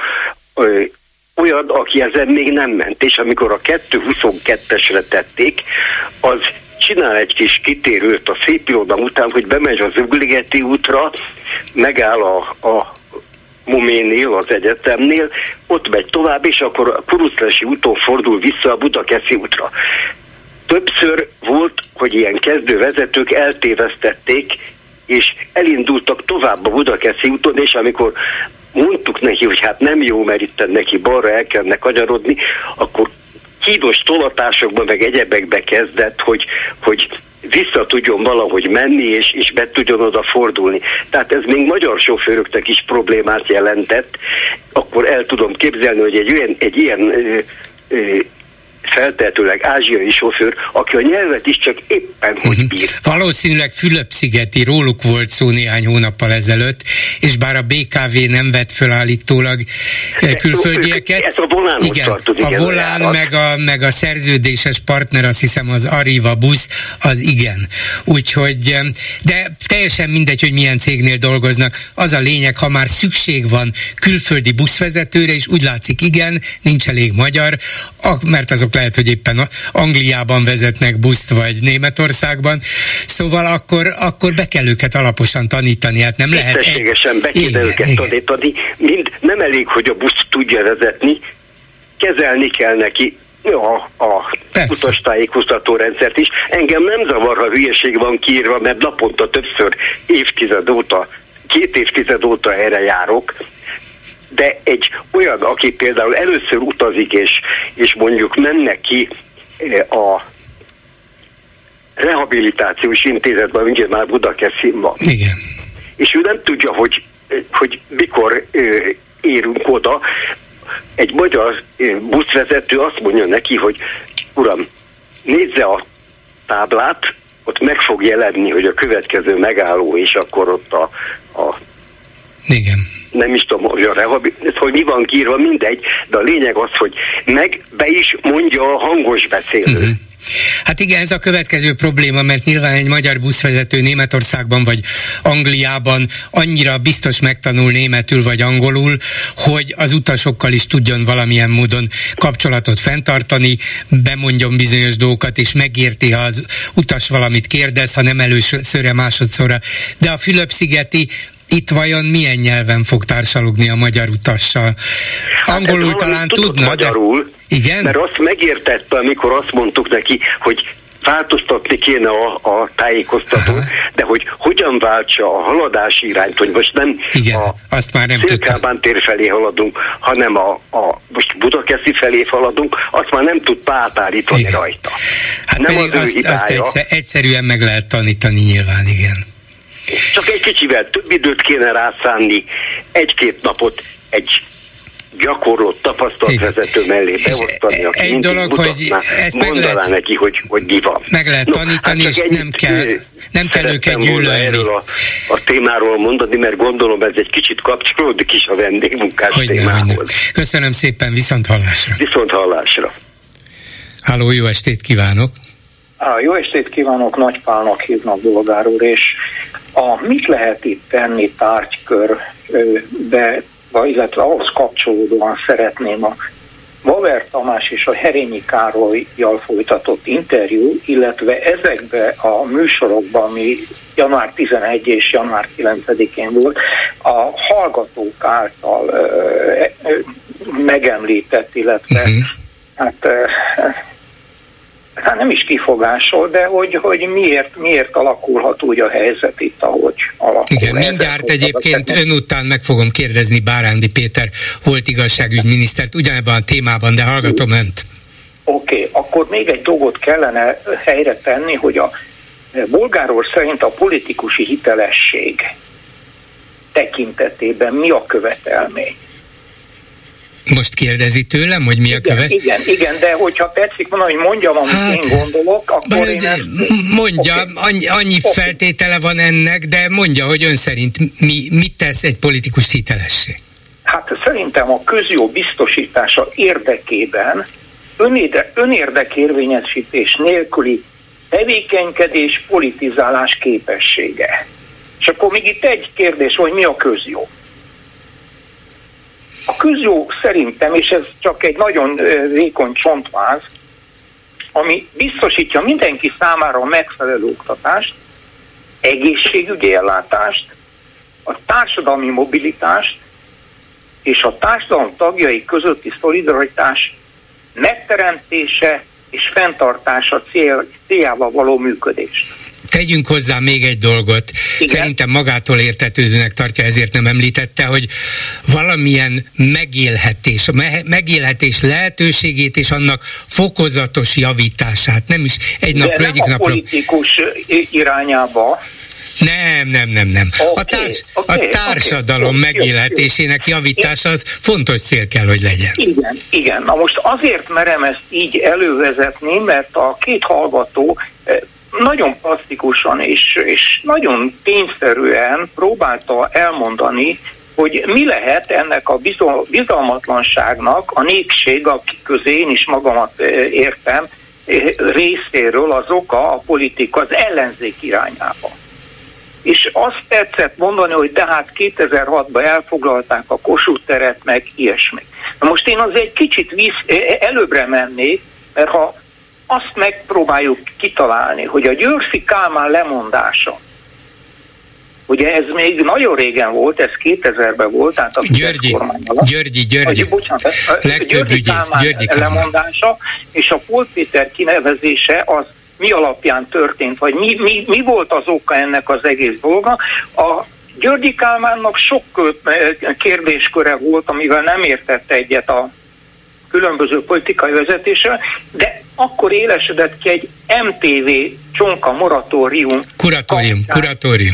olyan, aki ezen még nem ment, és amikor a kettő huszonkettesre tették, az csinál egy kis kitérőt a Szép Irodalom után, hogy bemegy az Ugligeti útra, megáll a, a Muménél, az egyetemnél, ott megy tovább, és akkor a Kuruclesi úton fordul vissza a Budakeszi útra. Többször volt, hogy ilyen kezdővezetők eltévesztették, és elindultak tovább a Budakeszi úton, és amikor mondtuk neki, hogy hát nem jó, mert itt neki balra el kellene kanyarodni, akkor kínos tolatásokban meg egyebekbe kezdett, hogy, hogy vissza tudjon valahogy menni, és, és be tudjon oda fordulni. Tehát ez még magyar sofőröknek is problémát jelentett. Akkor el tudom képzelni, hogy egy, olyan, egy ilyen ö, ö, feltehetőleg ázsiai sofőr, aki a nyelvet is csak éppen uh-huh. hogy bír. Valószínűleg Fülöp-szigeti, róluk volt szó néhány hónappal ezelőtt, és bár a bé ká vé nem vett föl állítólag külföldieket. Ez a volán igen, a volán meg a, meg a szerződéses partner, azt hiszem az Arriva busz, az igen. Úgyhogy, de teljesen mindegy, hogy milyen cégnél dolgoznak. Az a lényeg, ha már szükség van külföldi buszvezetőre, és úgy látszik, igen, nincs elég magyar, mert azok lehet, hogy éppen Angliában vezetnek buszt, vagy Németországban, szóval akkor, akkor be kell őket alaposan tanítani, hát nem lehet... Tisztességesen be kell őket tanítani, mind nem elég, hogy a buszt tudja vezetni, kezelni kell neki a, a utastájékoztató rendszert is. Engem nem zavar, ha hülyeség van kiírva, mert naponta többször évtized óta, két évtized óta erre járok, de egy olyan, aki például először utazik, és, és mondjuk mennek ki a rehabilitációs intézetben, ugye már Budakeszin van. Igen. És ő nem tudja, hogy, hogy mikor érünk oda. Egy magyar buszvezető azt mondja neki, hogy uram, nézze a táblát, ott meg fog jelenni, hogy a következő megálló, és akkor ott a, a igen. nem is tudom, hogy, a rehabi, hogy mi van kiírva, mindegy, de a lényeg az, hogy meg be is mondja a hangos beszélő. Uh-huh. Hát igen, ez a következő probléma, mert nyilván egy magyar buszvezető Németországban vagy Angliában annyira biztos megtanul németül vagy angolul, hogy az utasokkal is tudjon valamilyen módon kapcsolatot fenntartani, bemondjon bizonyos dolgokat, és megérti, ha az utas valamit kérdez, ha nem előszörre, másodszorra. De a Fülöp-szigeti itt vajon milyen nyelven fog társalogni a magyar utassal? Angolul hát talán tudna, magyarul, de... Igen? Mert azt megértette, amikor azt mondtuk neki, hogy változtatni kéne a, a tájékoztatón, aha. de hogy hogyan váltsa a haladási irányt, hogy most nem igen, a azt már nem Szélkábán tér felé haladunk, hanem a, a most Budakeszi felé haladunk, azt már nem tudta átállítani igen. rajta. Hát nem pedig az azt, azt egyszer, egyszerűen meg lehet tanítani nyilván, igen. Csak egy kicsivel több időt kéne rászánni, egy-két napot egy gyakorlott, tapasztalt igen. vezető mellé beosztani, aki egy dolog, hogy ezt mondaná lehet, neki, hogy, hogy mi van. Meg lehet no, tanítani, hát és nem kell, nem kell őket gyűlölni. Erről a, a témáról mondani, mert gondolom ez egy kicsit kapcsolódik is a vendégmunkás hogyne, témához. Hogyne. Köszönöm szépen, viszont hallásra. Viszont hallásra. Halló, jó estét kívánok! Á, jó estét kívánok, Nagy Pálnak hívnak, bolgár úr, és a, mit lehet itt tenni tárgykörbe illetve ahhoz kapcsolódóan szeretném a Bauer Tamás és a Herényi Károlyjal folytatott interjú, illetve ezekbe a műsorokban, ami január tizenegyedikén és január kilencedikén volt, a hallgatók által ö, ö, megemlített, illetve uh-huh. hát, ö, hát nem is kifogásol, de hogy, hogy miért, miért alakulhat úgy a helyzet itt, ahogy alakul. Igen, mindjárt egyébként ön után meg fogom kérdezni Bárándi Péter volt igazságügyminisztert ugyanebben a témában, de hallgatom önt. Oké, okay, akkor még egy dolgot kellene helyre tenni, hogy a bolgár úr szerint a politikusi hitelesség tekintetében mi a követelmény? Most kérdezi tőlem, hogy mi a követ? Igen, igen, de hogyha tetszik mondani, hogy mondjam, amit hát, én gondolok, akkor de, én ezt... Mondja, okay. annyi, annyi okay. feltétele van ennek, de mondja, hogy ön szerint mi, mit tesz egy politikus hitelessé? Hát szerintem a közjó biztosítása érdekében önérde, önérdekérvényesítés nélküli tevékenykedés, politizálás képessége. És akkor még itt egy kérdés, hogy mi a közjó? A közjó szerintem, és ez csak egy nagyon vékony csontváz, ami biztosítja mindenki számára a megfelelő oktatást, egészségügyi ellátást, a társadalmi mobilitást és a társadalom tagjai közötti szolidaritás megteremtése és fenntartása cél, céljával való működést. Tegyünk hozzá még egy dolgot. Igen? Szerintem magától értetődőnek tartja, ezért nem említette, hogy valamilyen megélhetés, a megélhetés lehetőségét és annak fokozatos javítását, nem is egy de napról, nem egyik a napról. politikus irányába. Nem, nem, nem, nem. Okay, a, társ, okay, a társadalom okay, megélhetésének javítása az fontos cél kell, hogy legyen. Igen, igen. Na most azért merem ezt így elővezetni, mert a két hallgató nagyon plastikusan és, és nagyon tényszerűen próbálta elmondani, hogy mi lehet ennek a bizalmatlanságnak a népség, akik közé én is magamat értem, részéről az oka a politika az ellenzék irányába. És azt tetszett mondani, hogy de hát kétezer-hatban elfoglalták a Kossuth teret, meg ilyesmi. Na most én azért egy kicsit víz, előbbre mennék, mert ha azt megpróbáljuk kitalálni, hogy a Györffy Kálmán lemondása, ugye ez még nagyon régen volt, ez kétezerben volt, tehát a Györgyi, Györgyi, Györgyi, bocsánat, Györgyi Kálmán lemondása, és a Pól Péter kinevezése az mi alapján történt, vagy mi, mi, mi volt az oka ennek az egész dolga. A Györgyi Kálmánnak sok kérdésköre volt, amivel nem értette egyet a különböző politikai vezetéssel, de akkor élesedett ki egy em té vé csonka moratórium. Kuratórium, kuratórium.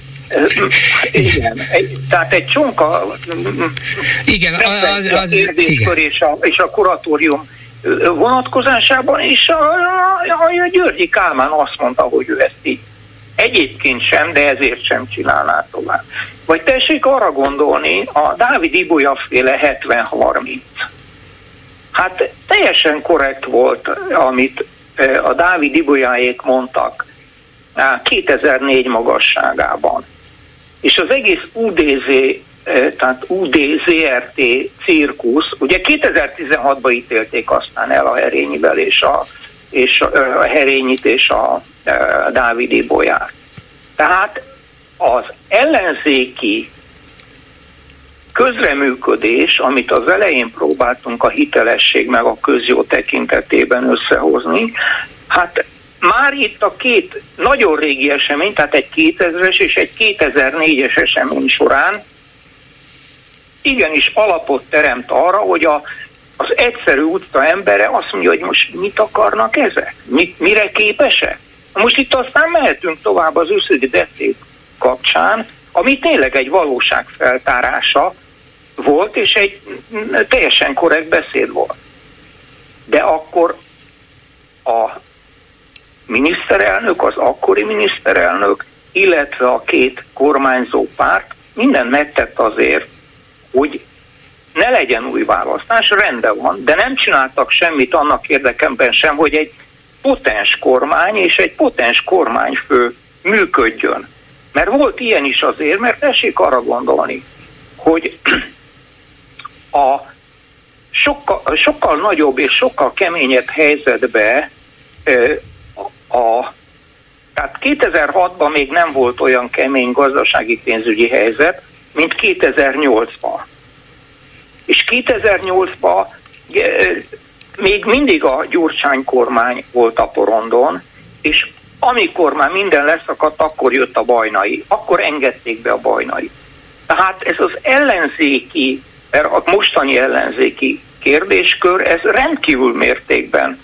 Igen, egy, tehát egy csonka igen, az, az, az, igen. És, a, és a kuratórium vonatkozásában, és a, a, a Györgyi Kálmán azt mondta, hogy ő ezt így egyébként sem, de ezért sem csinálná tovább. Vagy tessék arra gondolni, a Dávid Ibolya féle hetven harminc. Hát teljesen korrekt volt, amit a Dávid Ibolyáék mondtak kétezer-négy magasságában. És az egész u dé zé, tehát u dé zé er té cirkusz, ugye kétezer-tizenhatban ítélték aztán el a Herényivel és a, és a Herényit és a, a Dávid Ibolyát. Tehát az ellenzéki közreműködés, amit az elején próbáltunk a hitelesség meg a közjó tekintetében összehozni, hát már itt a két nagyon régi esemény, tehát egy kétezres és egy kétezer-négyes esemény során igenis alapot teremt arra, hogy a, az egyszerű utca embere azt mondja, hogy most mit akarnak ezek? Mit, mire képesek? Most itt aztán mehetünk tovább az őszödi beszéd kapcsán, ami tényleg egy valóság feltárása volt, és egy teljesen korrekt beszéd volt. De akkor a miniszterelnök, az akkori miniszterelnök, illetve a két kormányzó párt mindent megtett azért, hogy ne legyen új választás, rendben van, de nem csináltak semmit annak érdekében sem, hogy egy potens kormány és egy potens kormányfő működjön. Mert volt ilyen is azért, mert tessék arra gondolni, hogy a sokkal, sokkal nagyobb és sokkal keményebb helyzetbe a, a tehát kétezer-hatban még nem volt olyan kemény gazdasági pénzügyi helyzet, mint kétezer-nyolcban. És kétezer-nyolcban még mindig a Gyurcsány kormány volt a porondon, és amikor már minden leszakadt, akkor jött a Bajnai. Akkor engedték be a Bajnai. Tehát ez az ellenzéki, a mostani ellenzéki kérdéskör, ez rendkívül mértékben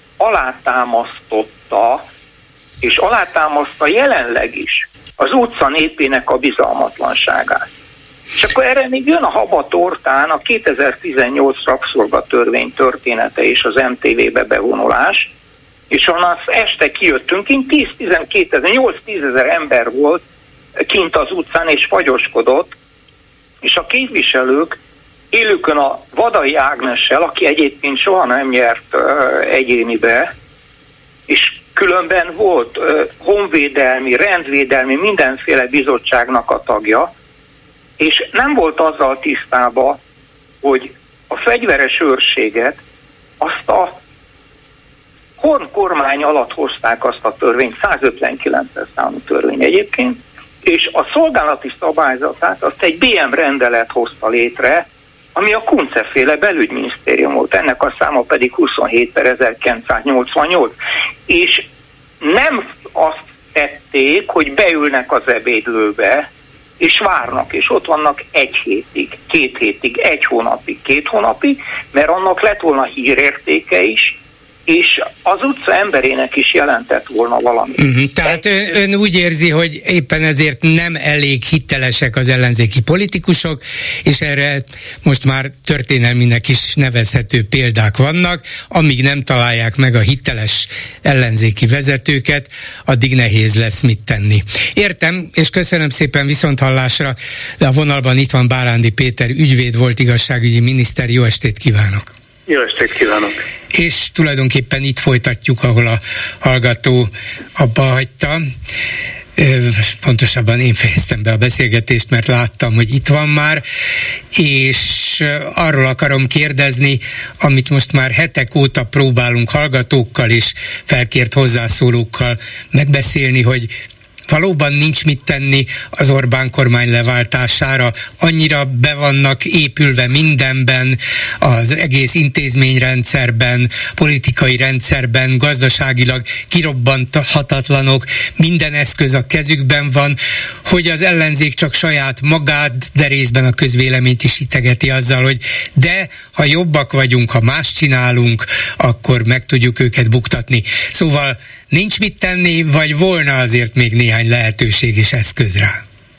alátámasztotta, és alátámaszta jelenleg is az utca népének a bizalmatlanságát. És akkor erre még jön a habatortán a kétezer-tizennyolc rabszolgatörvény története és az em té vé-be bevonulás, és onnan este kijöttünk, kint tíz-tizenkét ezer, nyolc-tízezer ember volt kint az utcán és fagyoskodott, és a képviselők élükön a Vadai Ágnessel, aki egyébként soha nem nyert uh, egyénibe, és különben volt uh, honvédelmi, rendvédelmi, mindenféle bizottságnak a tagja, és nem volt azzal tisztában, hogy a fegyveres őrséget azt a Horn kormány alatt hozták azt a törvényt, százötvenkilences számú törvény egyébként, és a szolgálati szabályzatát azt egy bé em rendelet hozta létre, ami a Kunce-féle belügyminisztérium volt. Ennek a száma pedig huszonhét per ezerkilencszáznyolcvannyolc. És nem azt tették, hogy beülnek az ebédlőbe, és várnak, és ott vannak egy hétig, két hétig, egy hónapig, két hónapig, mert annak lett volna hírértéke is, és az utca emberének is jelentett volna valami. Uh-huh. Tehát ön, ön úgy érzi, hogy éppen ezért nem elég hitelesek az ellenzéki politikusok, és erre most már történelminek is nevezhető példák vannak, amíg nem találják meg a hiteles ellenzéki vezetőket, addig nehéz lesz mit tenni. Értem, és köszönöm szépen, viszonthallásra, de a vonalban itt van Bárándi Péter, ügyvéd, volt igazságügyi miniszter, jó estét kívánok! Jó estét kívánok! És tulajdonképpen itt folytatjuk, ahol a hallgató abba hagyta. Pontosabban én fejeztem be a beszélgetést, mert láttam, hogy itt van már, és arról akarom kérdezni, amit most már hetek óta próbálunk hallgatókkal és felkért hozzászólókkal megbeszélni, hogy valóban nincs mit tenni az Orbán kormány leváltására, annyira be vannak épülve mindenben, az egész intézményrendszerben, politikai rendszerben, gazdaságilag kirobbanthatatlanok, minden eszköz a kezükben van, hogy az ellenzék csak saját magát, de részben a közvéleményt is itegeti azzal, hogy de, ha jobbak vagyunk, ha más csinálunk, akkor meg tudjuk őket buktatni. Szóval nincs mit tenni, vagy volna azért még néhány lehetőség és eszköz rá?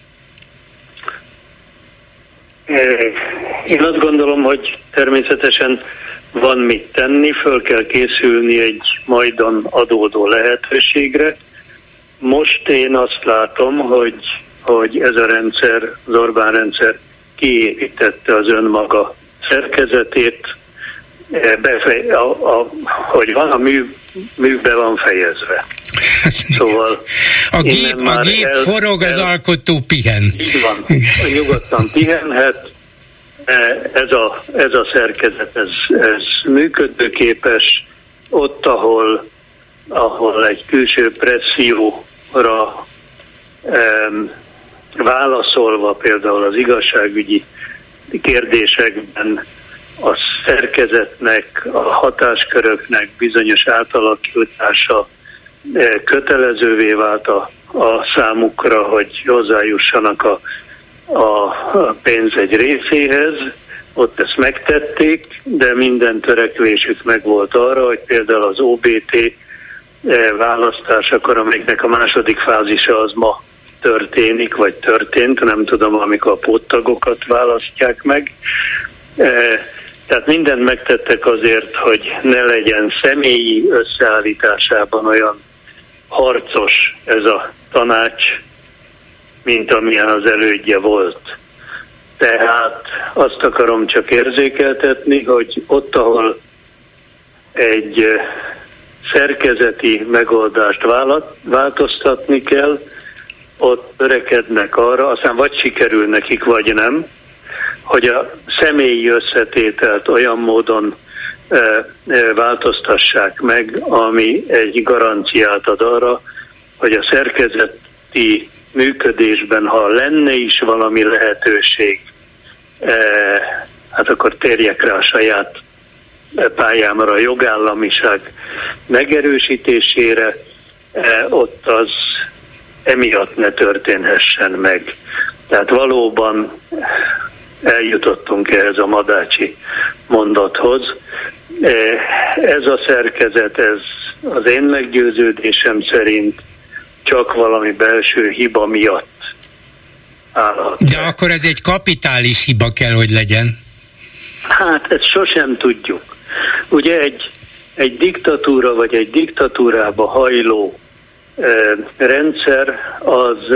Én azt gondolom, hogy természetesen van mit tenni, föl kell készülni egy majdan adódó lehetőségre. Most én azt látom, hogy, hogy ez a rendszer, az Orbán rendszer kiépítette az önmaga szerkezetét, befej, a, a, hogy van a mű, műbe van fejezve. Szóval a gép, a gép el, forog, el, az alkotó pihen. Így van, nyugodtan pihenhet. Ez a, ez a szerkezet, ez, ez működőképes. Ott, ahol, ahol egy külső presszióra em, válaszolva, például az igazságügyi kérdésekben a szerkezetnek, a hatásköröknek bizonyos átalakítása kötelezővé vált a, a számukra, hogy hozzájussanak a, a pénz egy részéhez. Ott ezt megtették, de minden törekvésük megvolt arra, hogy például az o bé té választásakor, amiknek a második fázisa az ma történik, vagy történt, nem tudom, amikor a póttagokat választják meg. Tehát mindent megtettek azért, hogy ne legyen személyi összeállításában olyan harcos ez a tanács, mint amilyen az elődje volt. Tehát azt akarom csak érzékeltetni, hogy ott, ahol egy szerkezeti megoldást változtatni kell, ott törekednek arra, aztán vagy sikerül nekik, vagy nem, hogy a személyi összetételt olyan módon e, e, változtassák meg, ami egy garanciát ad arra, hogy a szerkezeti működésben, ha lenne is valami lehetőség, e, hát akkor térjek rá a saját pályámra, a jogállamiság megerősítésére, e, ott az emiatt ne történhessen meg. Tehát valóban eljutottunk ehhez a Madácsi mondathoz. E, ez a szerkezet, ez az én meggyőződésem szerint csak valami belső hiba miatt állhat. De akkor ez egy kapitális hiba kell, hogy legyen. Hát ezt sosem tudjuk. Ugye egy, egy diktatúra vagy egy diktatúrába hajló e, rendszer az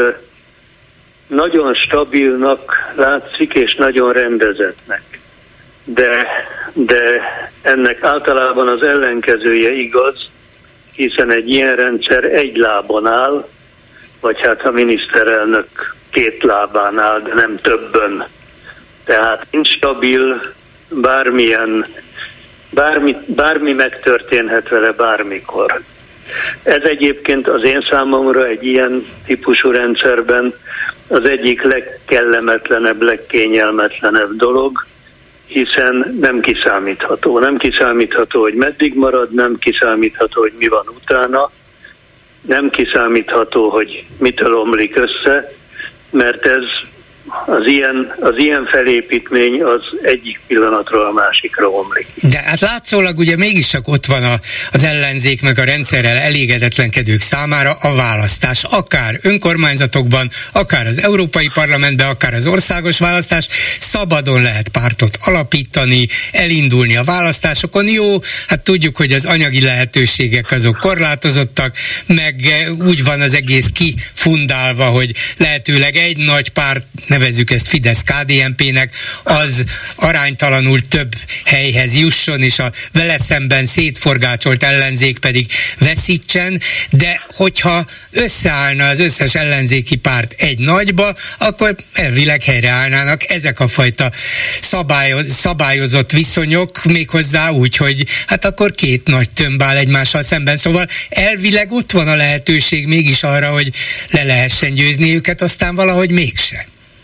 nagyon stabilnak látszik és nagyon rendezettnek. De, de ennek általában az ellenkezője igaz, hiszen egy ilyen rendszer egy lábon áll, vagy hát a miniszterelnök két lábán áll, de nem többen. Tehát nincs stabil, bármilyen, bármi, bármi megtörténhet vele bármikor. Ez egyébként az én számomra egy ilyen típusú rendszerben az egyik legkellemetlenebb, legkényelmetlenebb dolog, hiszen nem kiszámítható. Nem kiszámítható, hogy meddig marad, nem kiszámítható, hogy mi van utána, nem kiszámítható, hogy mitől omlik össze, mert ez az ilyen, az ilyen felépítmény az egyik pillanatról a másikra omlik. De hát látszólag ugye mégiscsak ott van a, az ellenzék meg a rendszerrel elégedetlenkedők számára a választás. Akár önkormányzatokban, akár az Európai Parlamentben, akár az országos választás. Szabadon lehet pártot alapítani, elindulni a választásokon. Jó, hát tudjuk, hogy az anyagi lehetőségek azok korlátozottak, meg úgy van az egész kifundálva, hogy lehetőleg egy nagy párt, nevezzük ezt Fidesz-ká dé en pé-nek, az aránytalanul több helyhez jusson, és a vele szemben szétforgácsolt ellenzék pedig veszítsen, de hogyha összeállna az összes ellenzéki párt egy nagyba, akkor elvileg helyreállnának ezek a fajta szabályoz, szabályozott viszonyok, méghozzá úgy, hogy hát akkor két nagy tömb áll egymással szemben, szóval elvileg ott van a lehetőség mégis arra, hogy le lehessen győzni őket, aztán valahogy mégse.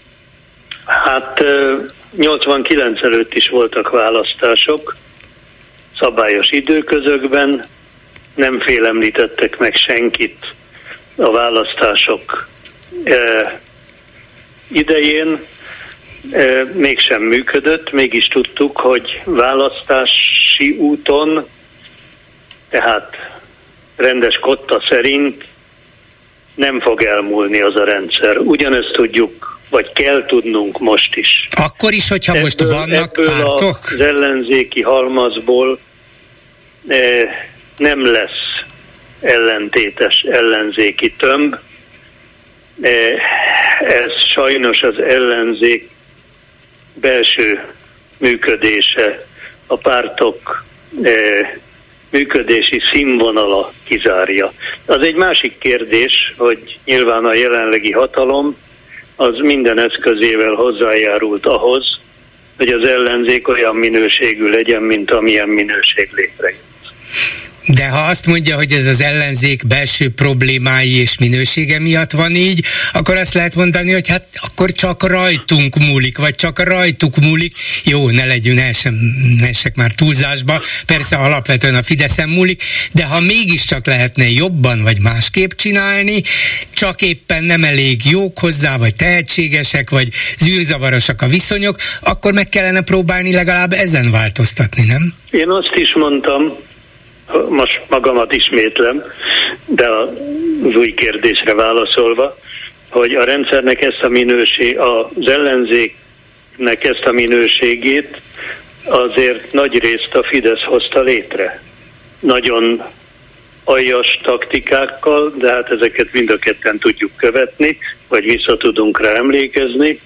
Hát nyolcvankilenc előtt is voltak választások, szabályos időközökben, nem félemlítettek meg senkit a választások idején, mégsem működött, mégis tudtuk, hogy választási úton, tehát rendes kotta szerint nem fog elmúlni az a rendszer. Ugyanezt tudjuk, vagy kell tudnunk most is. Akkor is, hogyha ebből, most vannak ebből pártok? Az ellenzéki halmazból eh, nem lesz ellentétes ellenzéki tömb. Eh, ez sajnos az ellenzék belső működése, a pártok eh, működési színvonala kizárja. Az egy másik kérdés, hogy nyilván a jelenlegi hatalom az minden eszközével hozzájárult ahhoz, hogy az ellenzék olyan minőségű legyen, mint amilyen minőség létrejött. De ha azt mondja, hogy ez az ellenzék belső problémái és minősége miatt van így, akkor azt lehet mondani, hogy hát akkor csak rajtunk múlik, vagy csak rajtuk múlik. Jó, ne legyünk, ne, sem, ne essek már túlzásba, persze alapvetően a Fideszen múlik, de ha mégiscsak lehetne jobban vagy másképp csinálni, csak éppen nem elég jók hozzá, vagy tehetségesek, vagy zűrzavarosak a viszonyok, akkor meg kellene próbálni legalább ezen változtatni, nem? Én azt is mondtam, most magamat ismétlem, de az új kérdésre válaszolva, hogy a rendszernek ezt a minőség, az ellenzéknek ezt a minőségét azért nagy részt a Fidesz hozta létre. Nagyon aljas taktikákkal, de hát ezeket mind a ketten tudjuk követni, vagy vissza tudunk rá emlékezni.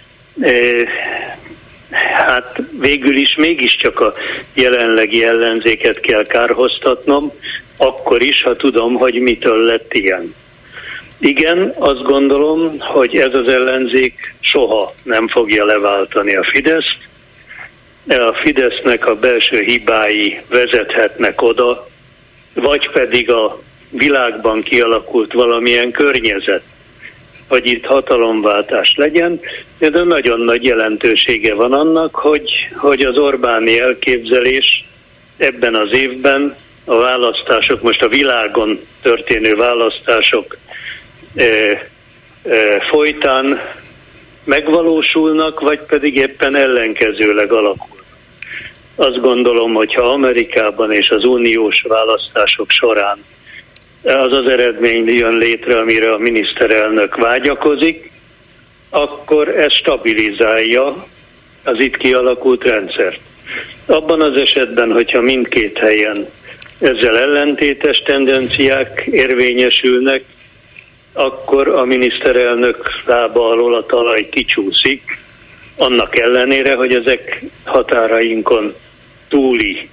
Hát végül is mégiscsak a jelenlegi ellenzéket kell kárhoztatnom, akkor is, ha tudom, hogy mitől lett ilyen. Igen, azt gondolom, hogy ez az ellenzék soha nem fogja leváltani a Fideszt. A Fidesznek a belső hibái vezethetnek oda, vagy pedig a világban kialakult valamilyen környezet, hogy itt hatalomváltás legyen, de nagyon nagy jelentősége van annak, hogy, hogy az Orbáni elképzelés ebben az évben a választások, most a világon történő választások e, e, folytán megvalósulnak, vagy pedig éppen ellenkezőleg alakul. Azt gondolom, hogy ha Amerikában és az uniós választások során az az eredmény jön létre, amire a miniszterelnök vágyakozik, akkor ez stabilizálja az itt kialakult rendszert. Abban az esetben, hogyha mindkét helyen ezzel ellentétes tendenciák érvényesülnek, akkor a miniszterelnök lába alól a talaj kicsúszik, annak ellenére, hogy ezek határainkon túli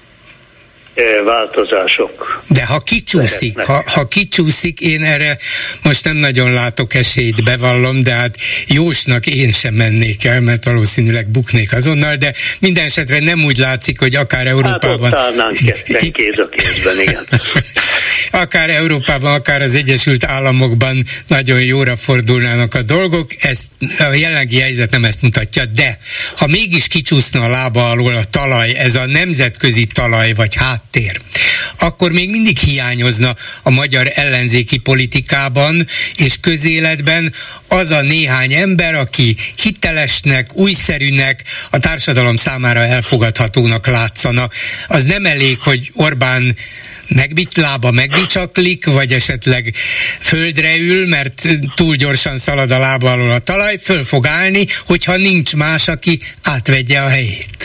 változások. De ha kicsúszik, ha, ha kicsúszik, én erre most nem nagyon látok esélyt, bevallom, de hát jósnak én sem mennék el, mert valószínűleg buknék azonnal, de minden esetre nem úgy látszik, hogy akár Európában... Hát ott állnánk ketten kéz a kézben, igen. Akár Európában, akár az Egyesült Államokban nagyon jóra fordulnának a dolgok, ezt, a jelenlegi helyzet nem ezt mutatja, de ha mégis kicsúszna a lába alól a talaj, ez a nemzetközi talaj vagy háttér, akkor még mindig hiányozna a magyar ellenzéki politikában és közéletben az a néhány ember, aki hitelesnek, újszerűnek, a társadalom számára elfogadhatónak látszana. Az nem elég, hogy Orbán megbics, lába megbicsaklik, vagy esetleg földre ül, mert túl gyorsan szalad a lába alól a talaj, föl fog állni, hogyha nincs más, aki átvegye a helyét.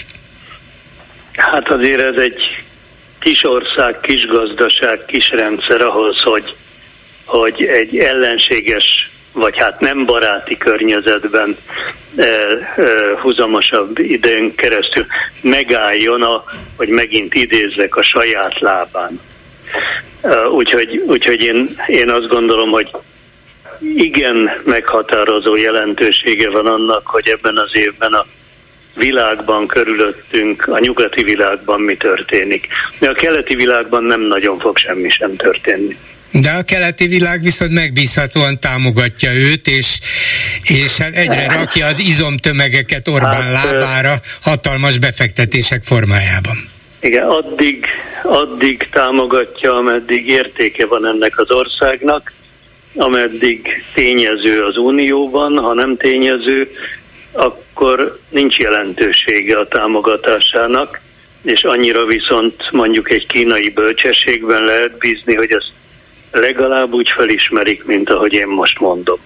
Hát azért ez egy kis ország, kis gazdaság, kis rendszer ahhoz, hogy, hogy egy ellenséges, vagy hát nem baráti környezetben eh, eh, húzamosabb időn keresztül megálljon, a, hogy megint idézzek, a saját lábán. Uh, úgyhogy úgyhogy én, én azt gondolom, hogy igen meghatározó jelentősége van annak, hogy ebben az évben a világban körülöttünk, a nyugati világban mi történik. De a keleti világban nem nagyon fog semmi sem történni. De a keleti világ viszont megbízhatóan támogatja őt, és, és hát egyre rakja az izomtömegeket Orbán hát, lábára hatalmas befektetések formájában. Igen, addig, addig támogatja, ameddig értéke van ennek az országnak, ameddig tényező az Unióban, ha nem tényező, akkor nincs jelentősége a támogatásának, és annyira viszont mondjuk egy kínai bölcsességben lehet bízni, hogy ezt legalább úgy felismerik, mint ahogy én most mondom.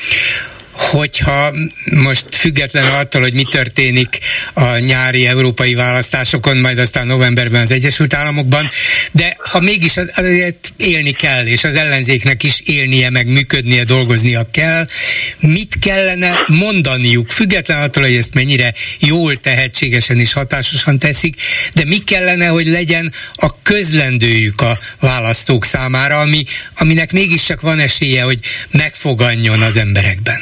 Hogyha most függetlenül attól, hogy mi történik a nyári európai választásokon, majd aztán novemberben az Egyesült Államokban, de ha mégis azért élni kell, és az ellenzéknek is élnie, meg működnie, dolgoznia kell, mit kellene mondaniuk, függetlenül attól, hogy ezt mennyire jól, tehetségesen és hatásosan teszik, de mi kellene, hogy legyen a közlendőjük a választók számára, ami, aminek mégiscsak van esélye, hogy megfoganjon az emberekben?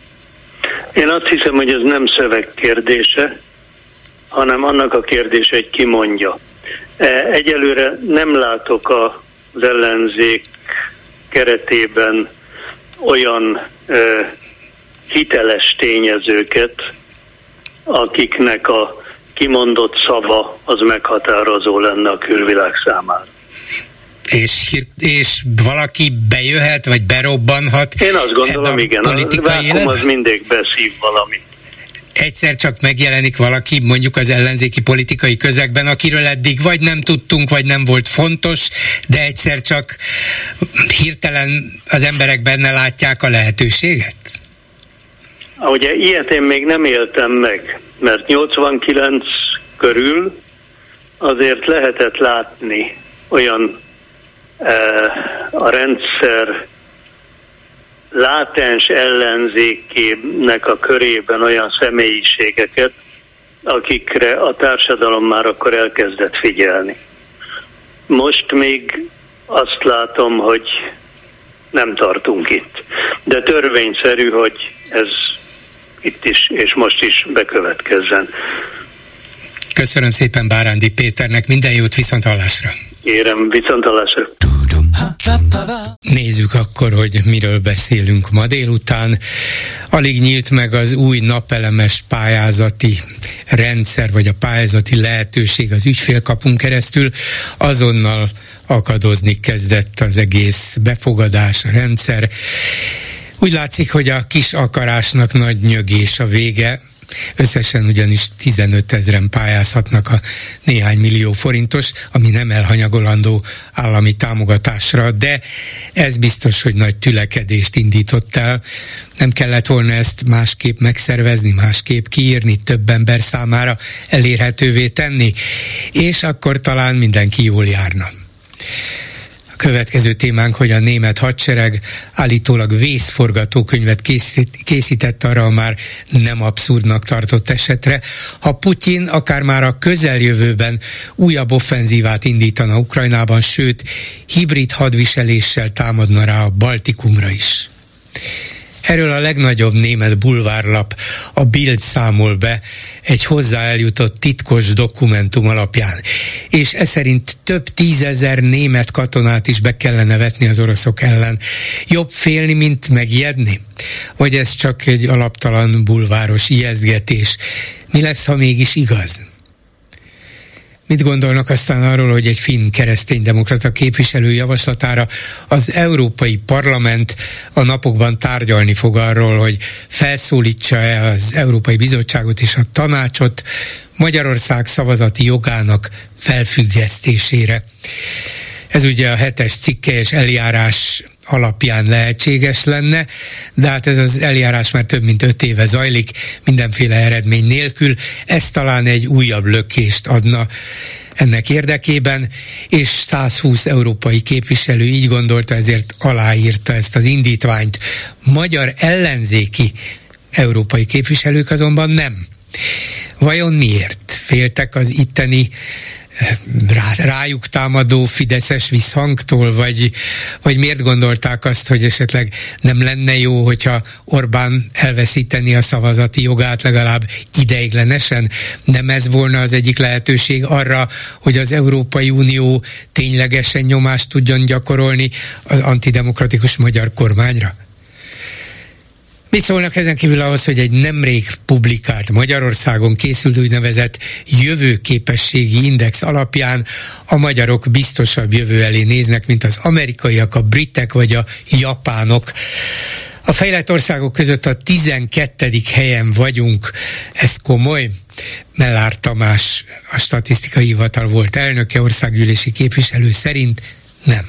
Én azt hiszem, hogy ez nem szöveg kérdése, hanem annak a kérdése, hogy ki mondja. Egyelőre nem látok az ellenzék keretében olyan eh, hiteles tényezőket, akiknek a kimondott szava az meghatározó lenne a külvilág számára. És, és valaki bejöhet, vagy berobbanhat? Én azt gondolom, a igen. Politikai A vákum az mindig beszív valami. Egyszer csak megjelenik valaki, mondjuk az ellenzéki politikai közegben, akiről eddig vagy nem tudtunk, vagy nem volt fontos, de egyszer csak hirtelen az emberek benne látják a lehetőséget? Ugye ilyet én még nem éltem meg, mert nyolcvankilenc körül azért lehetett látni olyan a rendszer látens ellenzékének a körében olyan személyiségeket, akikre a társadalom már akkor elkezdett figyelni. Most még azt látom, hogy nem tartunk itt. De törvényszerű, hogy ez itt is és most is bekövetkezzen. Köszönöm szépen Bárándi Péternek, minden jót, viszonthallásra. Kérem, viszonthallásra. Nézzük akkor, hogy miről beszélünk ma délután. Alig nyílt meg az új napelemes pályázati rendszer, vagy a pályázati lehetőség az ügyfélkapun keresztül, azonnal akadozni kezdett az egész befogadás, a rendszer. Úgy látszik, hogy a kis akarásnak nagy nyögés a vége. Összesen ugyanis tizenöt ezren pályázhatnak a néhány millió forintos, ami nem elhanyagolandó állami támogatásra, de ez biztos, hogy nagy tülekedést indított el. Nem kellett volna ezt másképp megszervezni, másképp kiírni, több ember számára elérhetővé tenni, és akkor talán mindenki jól járna. Következő témánk, hogy a német hadsereg állítólag vészforgatókönyvet készít, készített arra a már nem abszurdnak tartott esetre, ha Putyin akár már a közeljövőben újabb offenzívát indítana Ukrajnában, sőt, hibrid hadviseléssel támadna rá a Baltikumra is. Erről a legnagyobb német bulvárlap, a Bild számol be egy hozzá eljutott titkos dokumentum alapján, és ez szerint több tízezer német katonát is be kellene vetni az oroszok ellen. Jobb félni, mint megijedni? Vagy ez csak egy alaptalan bulváros ijesztgetés? Mi lesz, ha mégis igaz? Mit gondolnak aztán arról, hogy egy finn kereszténydemokrata képviselő javaslatára az Európai Parlament a napokban tárgyalni fog arról, hogy felszólítsa-e az Európai Bizottságot és a tanácsot Magyarország szavazati jogának felfüggesztésére. Ez ugye a hetes cikkelyes eljárás alapján lehetséges lenne, de hát ez az eljárás már több mint öt éve zajlik, mindenféle eredmény nélkül. Ez talán egy újabb lökést adna ennek érdekében, és százhúsz európai képviselő így gondolta, ezért aláírta ezt az indítványt. Magyar ellenzéki európai képviselők azonban nem. Vajon miért? Féltek az itteni Rá, rájuk támadó fideszes visszhangtól, vagy, vagy miért gondolták azt, hogy esetleg nem lenne jó, hogyha Orbán elveszíteni a szavazati jogát legalább ideiglenesen? Nem ez volna az egyik lehetőség arra, hogy az Európai Unió ténylegesen nyomást tudjon gyakorolni az antidemokratikus magyar kormányra? Mit szólnak ezen kívül ahhoz, hogy egy nemrég publikált Magyarországon készült úgynevezett jövőképességi index alapján a magyarok biztosabb jövő elé néznek, mint az amerikaiak, a britek vagy a japánok. A fejlett országok között a tizenkettedik helyen vagyunk. Ez komoly? Mellár Tamás, a statisztikai hivatal volt elnöke, országgyűlési képviselő szerint nem.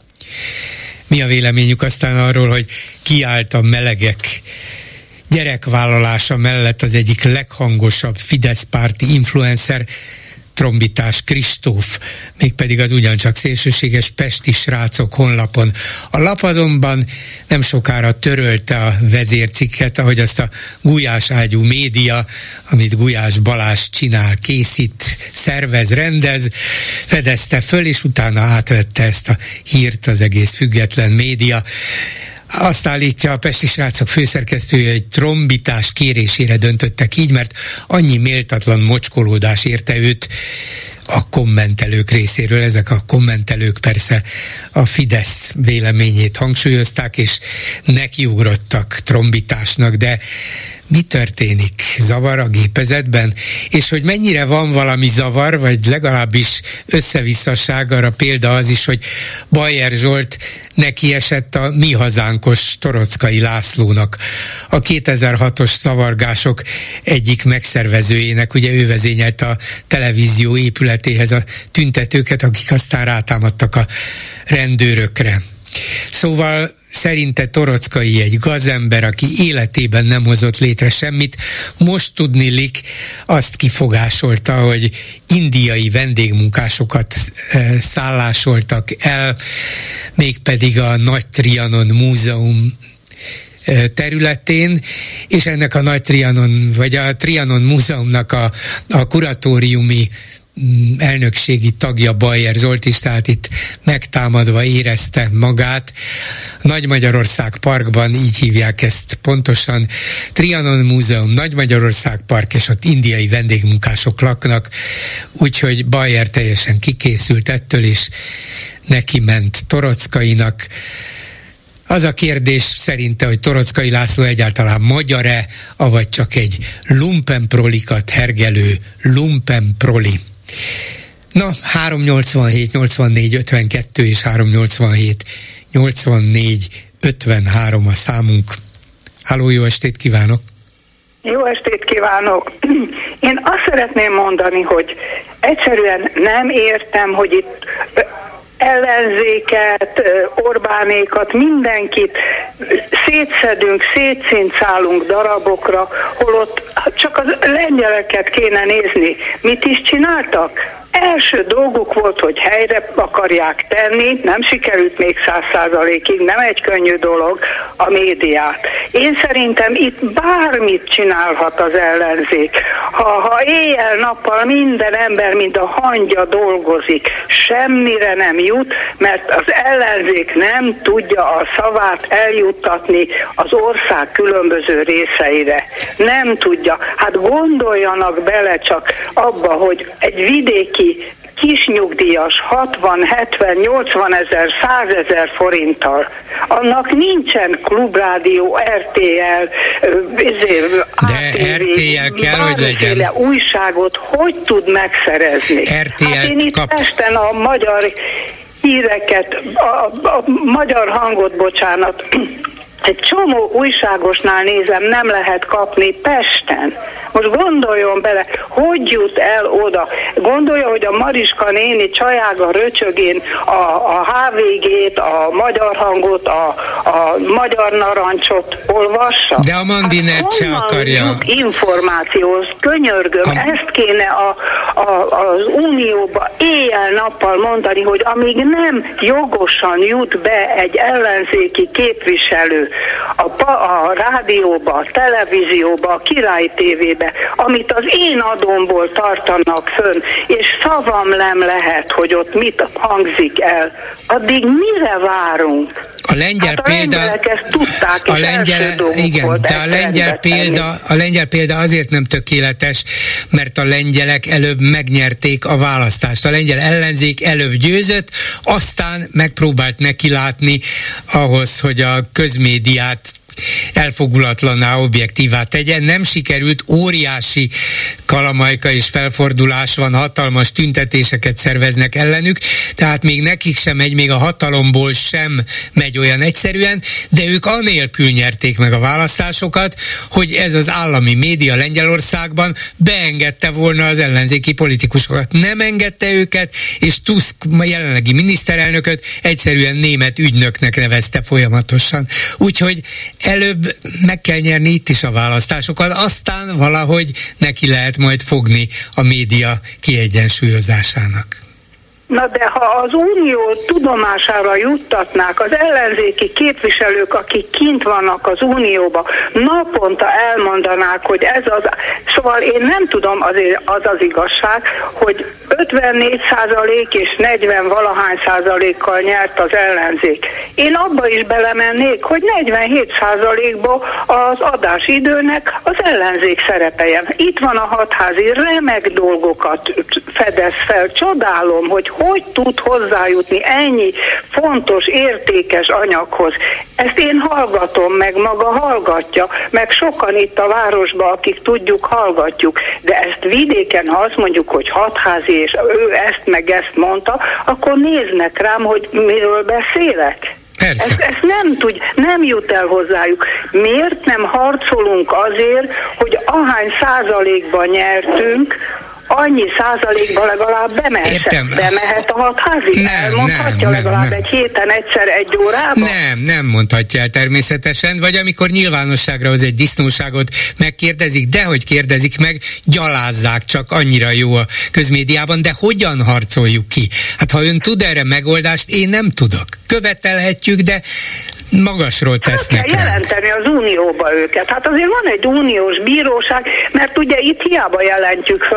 Mi a véleményük aztán arról, hogy kiállt a melegek gyerekvállalása mellett az egyik leghangosabb Fidesz párti influencer, Trombitás Kristóf, mégpedig az ugyancsak szélsőséges Pesti Srácok honlapon. A lap azonban nem sokára törölte a vezércikket, ahogy azt a Gulyás ágyú média, amit Gulyás Balázs csinál, készít, szervez, rendez, fedezte föl, és utána átvette ezt a hírt az egész független média. Azt állítja a Pesti Srácok főszerkesztője, hogy trombitás kérésére döntöttek így, mert annyi méltatlan mocskolódás érte őt a kommentelők részéről. Ezek a kommentelők persze a Fidesz véleményét hangsúlyozták, és nekiugrottak trombitásnak, de mi történik? Zavar a gépezetben? És hogy mennyire van valami zavar, vagy legalábbis összevisszaság, arra példa az is, hogy Bajer Zsolt neki esett a Mi Hazánkos Torockai Lászlónak, a kétezer-hatos zavargások egyik megszervezőjének, ugye ő vezényelte a televízió épületéhez a tüntetőket, akik aztán rátámadtak a rendőrökre. Szóval szerinte Torockai egy gazember, aki életében nem hozott létre semmit, most tudniillik azt kifogásolta, hogy indiai vendégmunkásokat e, szállásoltak el, mégpedig a Nagy Trianon Múzeum területén, és ennek a Nagy Trianon, vagy a Trianon Múzeumnak a, a kuratóriumi elnökségi tagja Bayer Zsolt is, tehát itt megtámadva érezte magát. Nagy-Magyarország Parkban, így hívják ezt pontosan, Trianon Múzeum, Nagy-Magyarország Park, és ott indiai vendégmunkások laknak, úgyhogy Bayer teljesen kikészült ettől, és neki ment Toroczkainak. Az a kérdés szerinte, hogy Toroczkai László egyáltalán magyar-e, avagy csak egy lumpenprolikat hergelő lumpenproli. Na, három nyolcvanhét nyolcvannégy ötvenkettő és három nyolcvanhét nyolcvannégy ötvenhárom a számunk. Halló, jó estét kívánok! Jó estét kívánok! Én azt szeretném mondani, hogy egyszerűen nem értem, hogy itt ellenzéket, Orbánékat, mindenkit szétszedünk, szétszincálunk darabokra, holott csak az lengyeleket kéne nézni. Mit is csináltak? Első dolguk volt, hogy helyre akarják tenni, nem sikerült még száz százalékig, nem egy könnyű dolog a médiát. Én szerintem itt bármit csinálhat az ellenzék. Ha, ha éjjel-nappal minden ember, mint a hangya dolgozik, semmire nem jut, mert az ellenzék nem tudja a szavát eljuttatni az ország különböző részeire. Nem tudja. Hát gondoljanak bele csak abba, hogy egy vidéki kisnyugdíjas hatvan, hetven, nyolcvan ezer, százezer forinttal, annak nincsen klubrádió, er té el, de er té el kell, hogy legyen. Újságot hogy tud megszerezni? er té el hát én itt kap... Pesten a magyar híreket, a, a magyar hangot, bocsánat, egy csomó újságosnál nézem, nem lehet kapni Pesten. Most gondoljon bele, hogy jut el oda. Gondolja, hogy a Mariska néni csajága röcsögén a, a há vé gét, a Magyar Hangot, a, a Magyar Narancsot olvassa. De a Mandinert hát se akarja. Információhoz, könyörgöm, a... ezt kéne a, a, az Unióba éjjel-nappal mondani, hogy amíg nem jogosan jut be egy ellenzéki képviselő a, a rádióba, a televízióba, a Király tévébe, amit az én adomból tartanak fönn, és szavam nem lehet, hogy ott mit hangzik el. Addig mire várunk? A lengyel hát a példa, ezt tudták, a lengyel, igen, de a lengyel példa, a lengyel példa azért nem tökéletes, mert a lengyelek előbb megnyerték a választást. A lengyel ellenzék előbb győzött, aztán megpróbált nekilátni ahhoz, hogy a közmédiát elfogulatlanná, objektívá tegyen. Nem sikerült, óriási kalamajka és felfordulás van, hatalmas tüntetéseket szerveznek ellenük, tehát még nekik sem megy, még a hatalomból sem megy olyan egyszerűen, de ők anélkül nyerték meg a választásokat, hogy ez az állami média Lengyelországban beengedte volna az ellenzéki politikusokat. Nem engedte őket, és Tusk jelenlegi miniszterelnököt egyszerűen német ügynöknek nevezte folyamatosan. Úgyhogy előbb meg kell nyerni itt is a választásokat, aztán valahogy neki lehet majd fogni a média kiegyensúlyozásának. Na de ha az unió tudomására juttatnák az ellenzéki képviselők, akik kint vannak az unióba, naponta elmondanák, hogy ez az... Szóval én nem tudom, azért az az igazság, hogy ötvennégy százalék és negyven valahány százalékkal nyert az ellenzék. Én abba is belemennék, hogy negyvenhét százalékba az adásidőnek az ellenzék szerepeljen. Itt van a hatházi, remek dolgokat fedez fel, csodálom, hogy hogy tud hozzájutni ennyi fontos, értékes anyaghoz. Ezt én hallgatom, meg maga hallgatja, meg sokan itt a városban, akik tudjuk, hallgatjuk. De ezt vidéken, ha azt mondjuk, hogy hatházi, és ő ezt meg ezt mondta, akkor néznek rám, hogy miről beszélek. Persze. Ezt, ezt nem tud, nem jut el hozzájuk. Miért nem harcolunk azért, hogy ahány százalékban nyertünk, annyi százalékban legalább bemehet, bemehet a hatházi? Nem, Mondhatja nem, legalább nem. egy héten egyszer egy órában? Nem, nem mondhatja el természetesen, vagy amikor nyilvánosságra hoz egy disznóságot, megkérdezik, de hogy kérdezik meg, gyalázzák, csak annyira jó a közmédiában, de hogyan harcoljuk ki? Hát ha ön tud erre megoldást, én nem tudok. Követelhetjük, de magasról tesznek rá. Kell jelenteni az unióba őket. Hát azért van egy uniós bíróság, mert ugye itt hiába jelentjük föl akár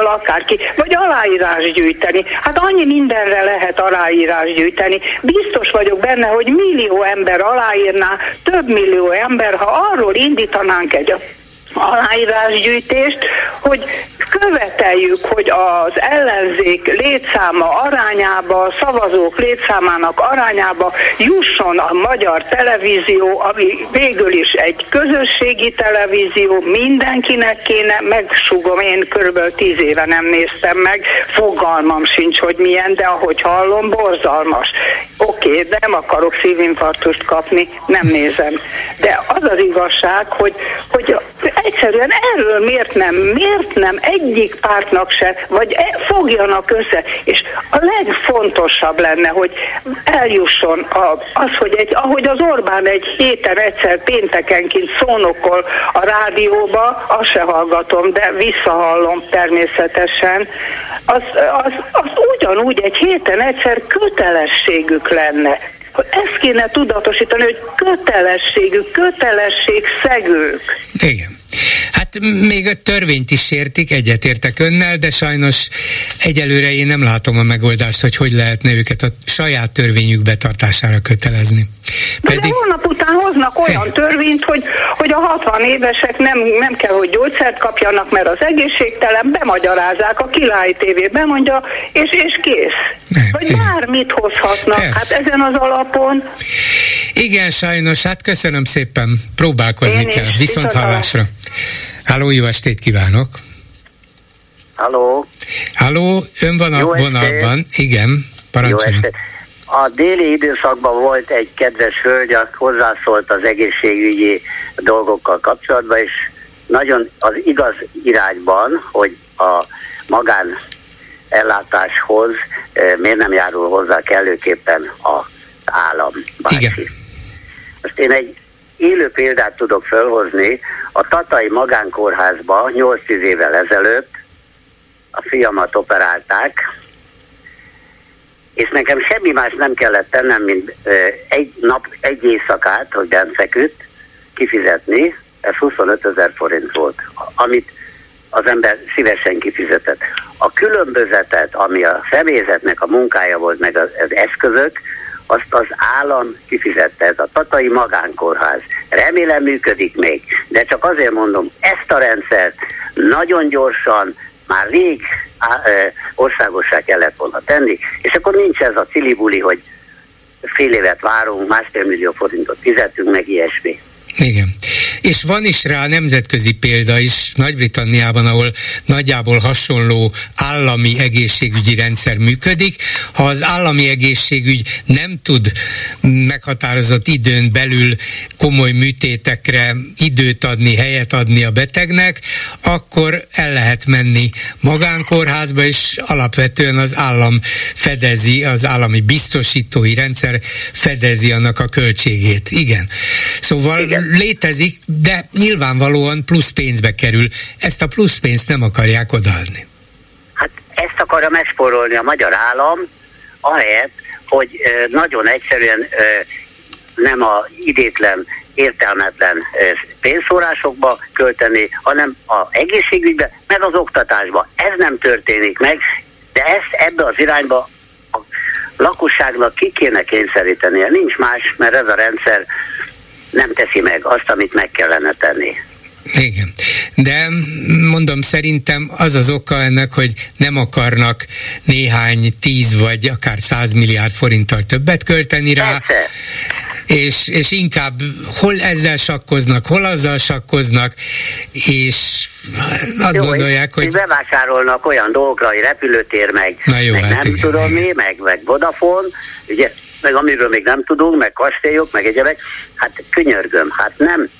mindenki, vagy aláírás gyűjteni. Hát annyi mindenre lehet aláírás gyűjteni. Biztos vagyok benne, hogy millió ember aláírná, több millió ember, ha arról indítanánk egy aláírásgyűjtést, hogy követeljük, hogy az ellenzék létszáma arányába, a szavazók létszámának arányába jusson a magyar televízió, ami végül is egy közösségi televízió, mindenkinek kéne, megsugom, én körülbelül tíz éve nem néztem meg, fogalmam sincs, hogy milyen, de ahogy hallom, borzalmas. Oké, okay, de nem akarok szívinfarktust kapni, nem nézem. De az az igazság, hogy, hogy egyszerűen erről miért nem, miért nem egyik pártnak se, vagy fogjanak össze, és a legfontosabb lenne, hogy eljusson a, az, hogy egy, ahogy az Orbán egy héten egyszer péntekenként szónokol a rádióba, azt se hallgatom, de visszahallom természetesen, az, az, az ugyanúgy egy héten egyszer kötelességük lenne. Ezt kéne tudatosítani, hogy kötelességük, kötelességszegők. Igen. Hát még a törvényt is sértik, egyetértek önnel, de sajnos egyelőre én nem látom a megoldást, hogy hogy lehetne őket a saját törvényük betartására kötelezni. Pedig... De holnap után hoznak olyan hey. törvényt, hogy, hogy a hatvan évesek nem, nem kell, hogy gyógyszert kapjanak, mert az egészségtelen, bemagyarázzák, a Király té vé bemondja, és, és kész. Nem, vagy igen. Bármit hozhatnak, persze. Hát ezen az alapon. Igen, sajnos, hát köszönöm szépen, próbálkozni Én kell, viszont hallásra. Halló, jó estét kívánok! Halló! Halló, ön van a vonalban, igen, parancsoljon. A déli időszakban volt egy kedves hölgy, aki hozzászólt az egészségügyi dolgokkal kapcsolatban, és nagyon az igaz irányban, hogy a magán ellátáshoz eh, miért nem járul hozzá kellőképpen az állam bácsi. Igen. Most én egy élő példát tudok felhozni. A Tatai Magánkórházba nyolc-tíz évvel ezelőtt a fiamat operálták, és nekem semmi más nem kellett tennem, mint egy nap, egy éjszakát, hogy bent feküdt, kifizetni. Ez huszonötezer forint volt, amit az ember szívesen kifizetett. A különbözetet, ami a személyzetnek a munkája volt, meg az, az eszközök, azt az állam kifizette, ez a Tatai Magánkórház. Remélem működik még, de csak azért mondom, ezt a rendszert nagyon gyorsan, már rég á, e, országossá kellett volna tenni, és akkor nincs ez a cilibuli, hogy fél évet várunk, másfél millió forintot fizetünk, meg ilyesmi. Igen. És van is rá nemzetközi példa is Nagy-Britanniában, ahol nagyjából hasonló állami egészségügyi rendszer működik. Ha az állami egészségügy nem tud meghatározott időn belül komoly műtétekre időt adni, helyet adni a betegnek, akkor el lehet menni magánkórházba, és alapvetően az állam fedezi, az állami biztosítói rendszer fedezi annak a költségét. Igen. Szóval Igen. létezik, de nyilvánvalóan plusz pénzbe kerül. Ezt a plusz pénzt nem akarják odaadni. Hát ezt akarja megspórolni a magyar állam, ahelyett, hogy nagyon egyszerűen nem a idétlen, értelmetlen pénzforrásokba költeni, hanem az egészségügybe, meg az oktatásba. Ez nem történik meg, de ezt ebbe az irányba a lakosságnak ki kéne kényszerítenie. Nincs más, mert ez a rendszer nem teszi meg azt, amit meg kellene tenni. Igen. De mondom, szerintem az az oka ennek, hogy nem akarnak néhány tíz vagy akár száz milliárd forinttal többet költeni rá, és, és inkább hol ezzel sakkoznak, hol azzal sakkoznak, és azt jó, gondolják, hogy... bevásárolnak olyan dolgokra, hogy repülőtér, meg, jó, meg hát nem igen, tudom igen. mi, meg, meg Vodafone, ugye, meg amiről még nem tudunk, meg kastélyok, meg egyebek, hát könyörgöm, hát nem,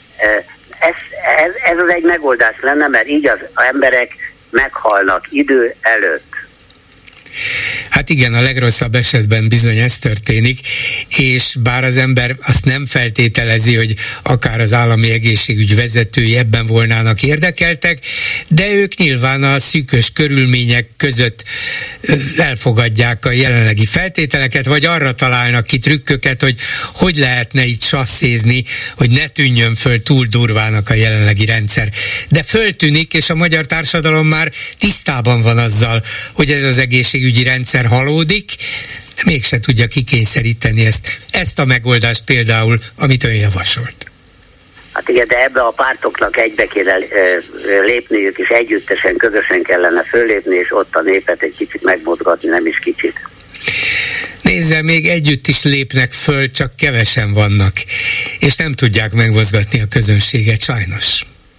ez, ez, ez az egy megoldás lenne, mert így az emberek meghalnak idő előtt. Hát igen, a legrosszabb esetben bizony ez történik, és bár az ember azt nem feltételezi, hogy akár az állami egészségügy vezetői ebben volnának érdekeltek, de ők nyilván a szűkös körülmények között elfogadják a jelenlegi feltételeket, vagy arra találnak ki trükköket, hogy hogy lehetne itt sasszézni, hogy ne tűnjön föl túl durvának a jelenlegi rendszer. De föltűnik, és a magyar társadalom már tisztában van azzal, hogy ez az egészségügyi rendszer halódik, de mégse tudja kikényszeríteni ezt, ezt a megoldást például, amit ön javasolt. Hát igen, de ebbe a pártoknak egybe kéne lépniük, és együttesen, közösen kellene föllépni, és ott a népet egy kicsit megmozgatni, nem is kicsit. Nézze, még együtt is lépnek föl, csak kevesen vannak, és nem tudják megmozgatni a közönséget, sajnos.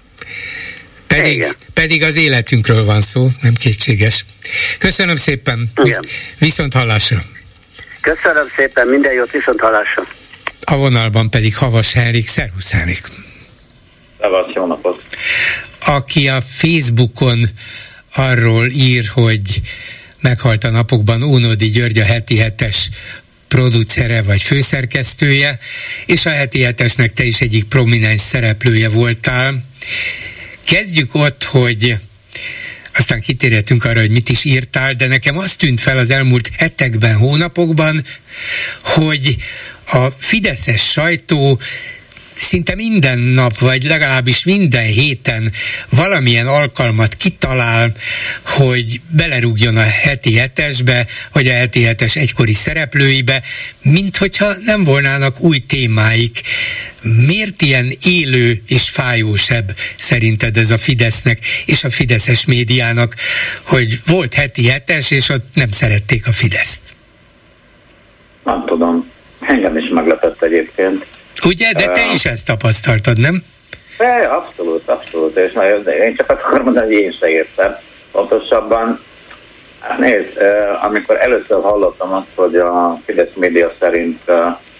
Pedig, pedig az életünkről van szó, nem kétséges. Köszönöm szépen. Igen. Viszont hallásra. Köszönöm szépen, minden jót, viszont hallásra. A vonalban pedig Havas Henrik. Szervusz, Henrik. Szevasz, jó napot. Aki a Facebookon arról ír, hogy meghalt a napokban Ónodi György, a Heti Hetes producere vagy főszerkesztője, és a Heti Hetesnek te is egyik prominens szereplője voltál. Kezdjük ott, hogy aztán kitérhetünk arra, hogy mit is írtál, de nekem azt tűnt fel az elmúlt hetekben, hónapokban, hogy a fideszes sajtó szinte minden nap, vagy legalábbis minden héten valamilyen alkalmat kitalál, hogy belerúgjon a Heti Hetesbe, vagy a Heti Hetes egykori szereplőibe, mint hogyha nem volnának új témáik. Miért ilyen élő és fájósebb szerinted ez a Fidesznek és a fideszes médiának, hogy volt Heti Hetes, és ott nem szerették a Fideszt? Nem tudom. Engem is meglepett egyébként. Ugye? De te uh, is ezt tapasztaltad, nem? De, abszolút, abszolút. És én csak azt akarom mondani, hogy én se értem. Pontosabban, hát nézd, uh, amikor először hallottam azt, hogy a Fidesz média szerint uh,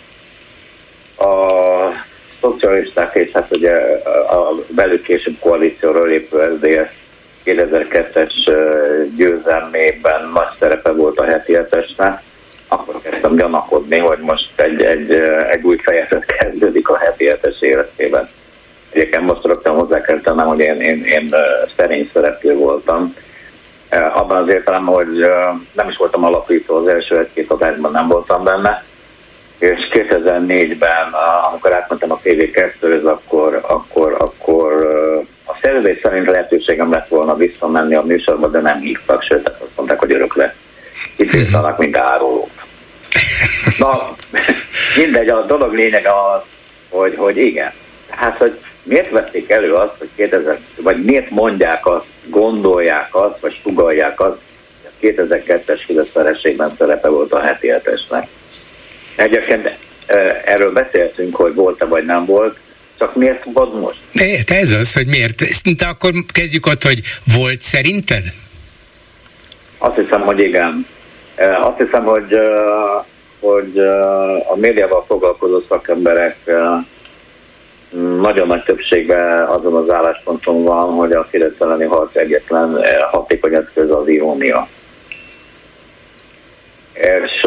a szocialisták és hát ugye a velük később koalícióról lépő es zé dé es kétezer-kettes győzelmében nagy szerepe volt a Heti Hetesnek, akkor kezdtem gyanakodni, hogy most egy, egy, egy új fejezet kezdődik a Heti Hetes életében. Egyébként most rögtön hozzá kell tennem, hogy én, én, én szerény szereplő voltam. Abban az értelemben, hogy nem is voltam alapító, az első egy-két adásban nem voltam benne, és kétezer-négyben, amikor átmentem a té vé kettőhöz, akkor, akkor, akkor a szerződés szerint lehetőségem lett volna visszamenni a műsorba, de nem hívtak, sőt, azt mondták, hogy örökre kitűztanak, mint árulót. Na, mindegy, a dolog lényeg az, hogy, hogy igen. Hát, hogy miért vették elő azt, hogy kétezer, vagy miért mondják azt, gondolják azt, vagy sugallják azt, hogy a kétezer-kettes Fidesz vereségben szerepe volt a Heti Hetesnek. Egyébként erről beszéltünk, hogy volt-e vagy nem volt, csak miért volt most? De ez az, hogy miért. De akkor kezdjük ott, hogy volt szerinted? Azt hiszem, hogy igen. Azt hiszem, hogy, hogy a médiával foglalkozó szakemberek nagyon nagy többségben azon az állásponton van, hogy a Fidesz elleni harc egyetlen hatékony eszköz az irónia. És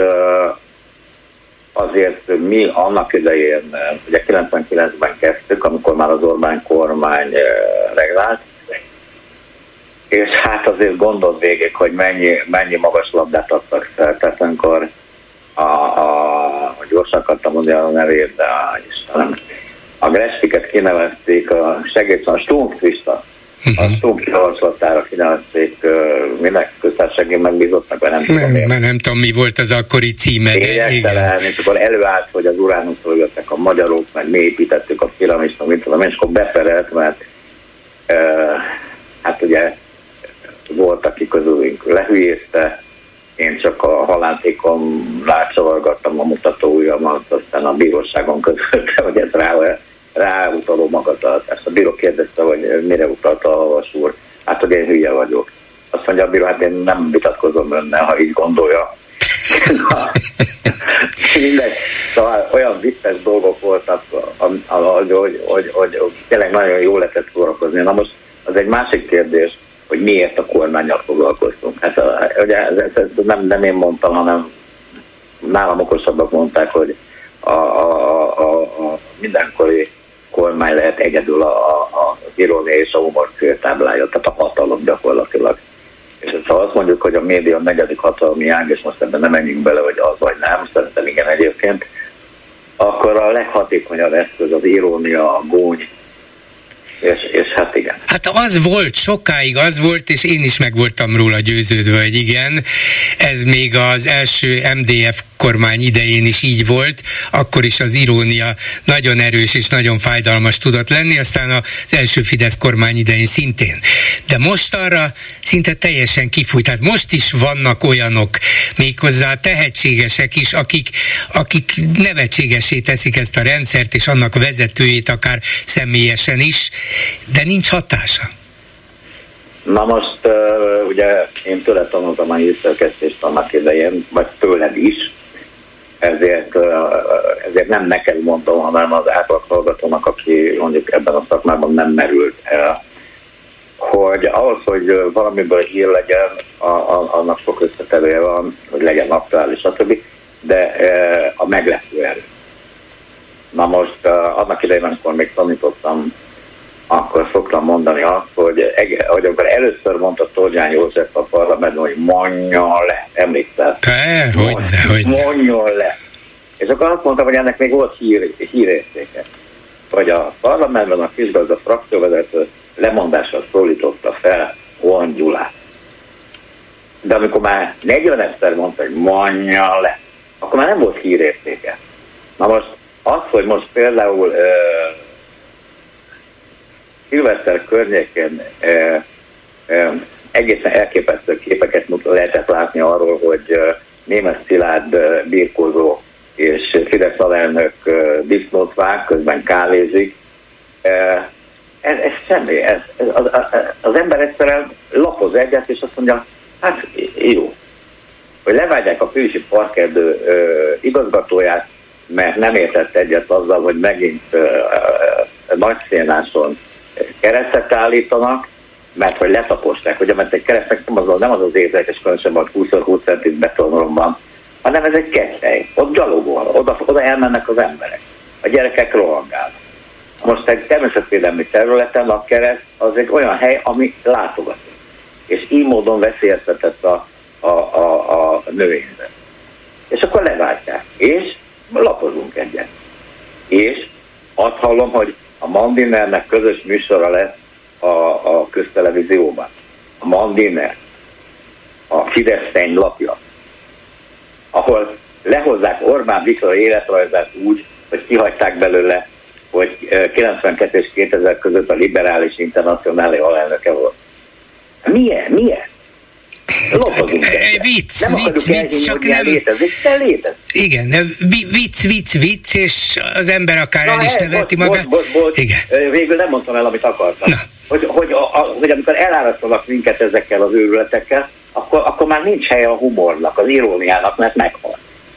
azért mi annak idején, ugye kilencvenkilencben kezdtük, amikor már az Orbán kormány reglált, és hát azért gondold végig, hogy mennyi, mennyi magas labdát adtak fel. Tehát amikor a, a, gyorsan akartam mondani a nevét, de Istenem, a Grespiket kinevezték, a segítsen, a Stumpf-Krista, a Stumpf javaslatára kinevezték uh, minek köztársasági megbízottnak, vagy nem tudom nem, mert nem tudom, mi volt az akkori címe. Lényegtelen, és akkor előállt, hogy az Uránuszról jöttek a magyarok, meg mi építettük a piramist, mit tudom, és akkor beperelt, mert uh, hát ugye volt, aki közülünk lehülyézte, én csak a halántékon látszavagattam a mutató ujjamat, aztán a bíróságon közölte, hogy ez rá, ráutaló magatartás. A bíró kérdezte, hogy mire utalta a Havas úr. Hát, hogy én hülye vagyok. Azt mondja a bíró, hát én nem vitatkozom önnel, ha így gondolja. Na, mindegy. Szóval olyan vicces dolgok voltak, hogy, hogy, hogy, hogy tényleg nagyon jól lehetett szórakozni. Na most az egy másik kérdés, hogy miért a kormánnyal foglalkoztunk. Hát ugye ez, ez nem, nem én mondtam, hanem nálam okosabbak mondták, hogy a, a, a, a mindenkori kormány lehet egyedül a, a, az irónia és a humor főtáblája, tehát a hatalom gyakorlatilag. És ha azt mondjuk, hogy a média a negyedik hatalmi ág, és most ebben nem menjünk bele, hogy az vagy nem, szerintem igen egyébként, akkor a leghatékonyabb eszköz az irónia, a gúny, És, és hát igen. Hát az volt, sokáig az volt, és én is meg voltam róla győződve, hogy igen, ez még az első em dé ef kormány idején is így volt, akkor is az irónia nagyon erős és nagyon fájdalmas tudott lenni, aztán az első Fidesz kormány idején szintén. De most arra szinte teljesen kifújt. Tehát most is vannak olyanok, méghozzá tehetségesek is, akik, akik nevetségesé teszik ezt a rendszert, és annak vezetőjét akár személyesen is, de nincs hatása. Na most uh, ugye én tőle tanultam a hírszerkesztést annak idején, vagy tőled is, ezért, uh, ezért nem neked mondom, hanem az átlag hallgatónak, aki mondjuk ebben a szakmában nem merült el, hogy ahhoz, hogy valamiből hír legyen, a, a, annak sok összetevője van, hogy legyen aktuális, stb., de uh, a meglepő erő. Na most uh, annak idején, amikor még tanítottam, akkor szoktam mondani azt, hogy, hogy amikor először mondta Tordján József a parlamentben, hogy mondjon le, emlékszel? Te, hogyne, hogyne. Mondjon le. És akkor azt mondtam, hogy ennek még volt hír, hírértéke. Hogy a parlamentben a kisgazda frakcióvezető lemondással szólította fel Horn Gyulát. De amikor már negyvenegszer mondta, hogy mondjon le, akkor már nem volt hírértéke. Na most az, hogy most például szilveszter környékén eh, eh, egészen elképesztő képeket lehetett látni arról, hogy eh, Németh Szilárd eh, birkózó és Fidesz alelnök eh, disznót vág, közben kávézik. Eh, ez, ez semmi. Ez, ez, az, az ember egyszerűen lapoz egyet, és azt mondja, hát jó. Hogy levágják a Pülysi Parkerdő eh, igazgatóját, mert nem értett egyet azzal, hogy megint eh, eh, Nagyszénáson keresztet állítanak, mert hogy letaposták, ugye, mert egy keresztek nem az nem az, az érdekes különösebben, hogy húsz-húsz centis betonról van, hanem ez egy ketthely. Ott gyalogol, oda, oda elmennek az emberek. A gyerekek rohangálnak. Most egy természetvédelmi területen a kereszt az egy olyan hely, ami látogató. És így módon veszélyeztetett a, a, a, a növényzet. És akkor leváltják. És lapozunk egyet. És azt hallom, hogy a Mandinernek közös műsora lesz a, a köztelevízióban. A Mandiner, a Fidesz lapja, ahol lehozzák Orbán Viktor életrajzát úgy, hogy kihagyták belőle, hogy kilencvenkettő és kétezer között a liberális internacionális alelnöke volt. Milyen? Milyen? Lopozunk egyet. Vicc, nem vicc, vicc, csak nem... Létezik, de létezik. Igen, de vicc, vicc, vicc, és az ember akár Na, el is neveti magát. Bocs, bocs, bocs. Igen. Végül nem mondtam el, amit akartam. Hogy, hogy, a, a, hogy amikor elárasztanak minket ezekkel az őrületekkel, akkor, akkor már nincs helye a humornak, az iróniának, mert meghal.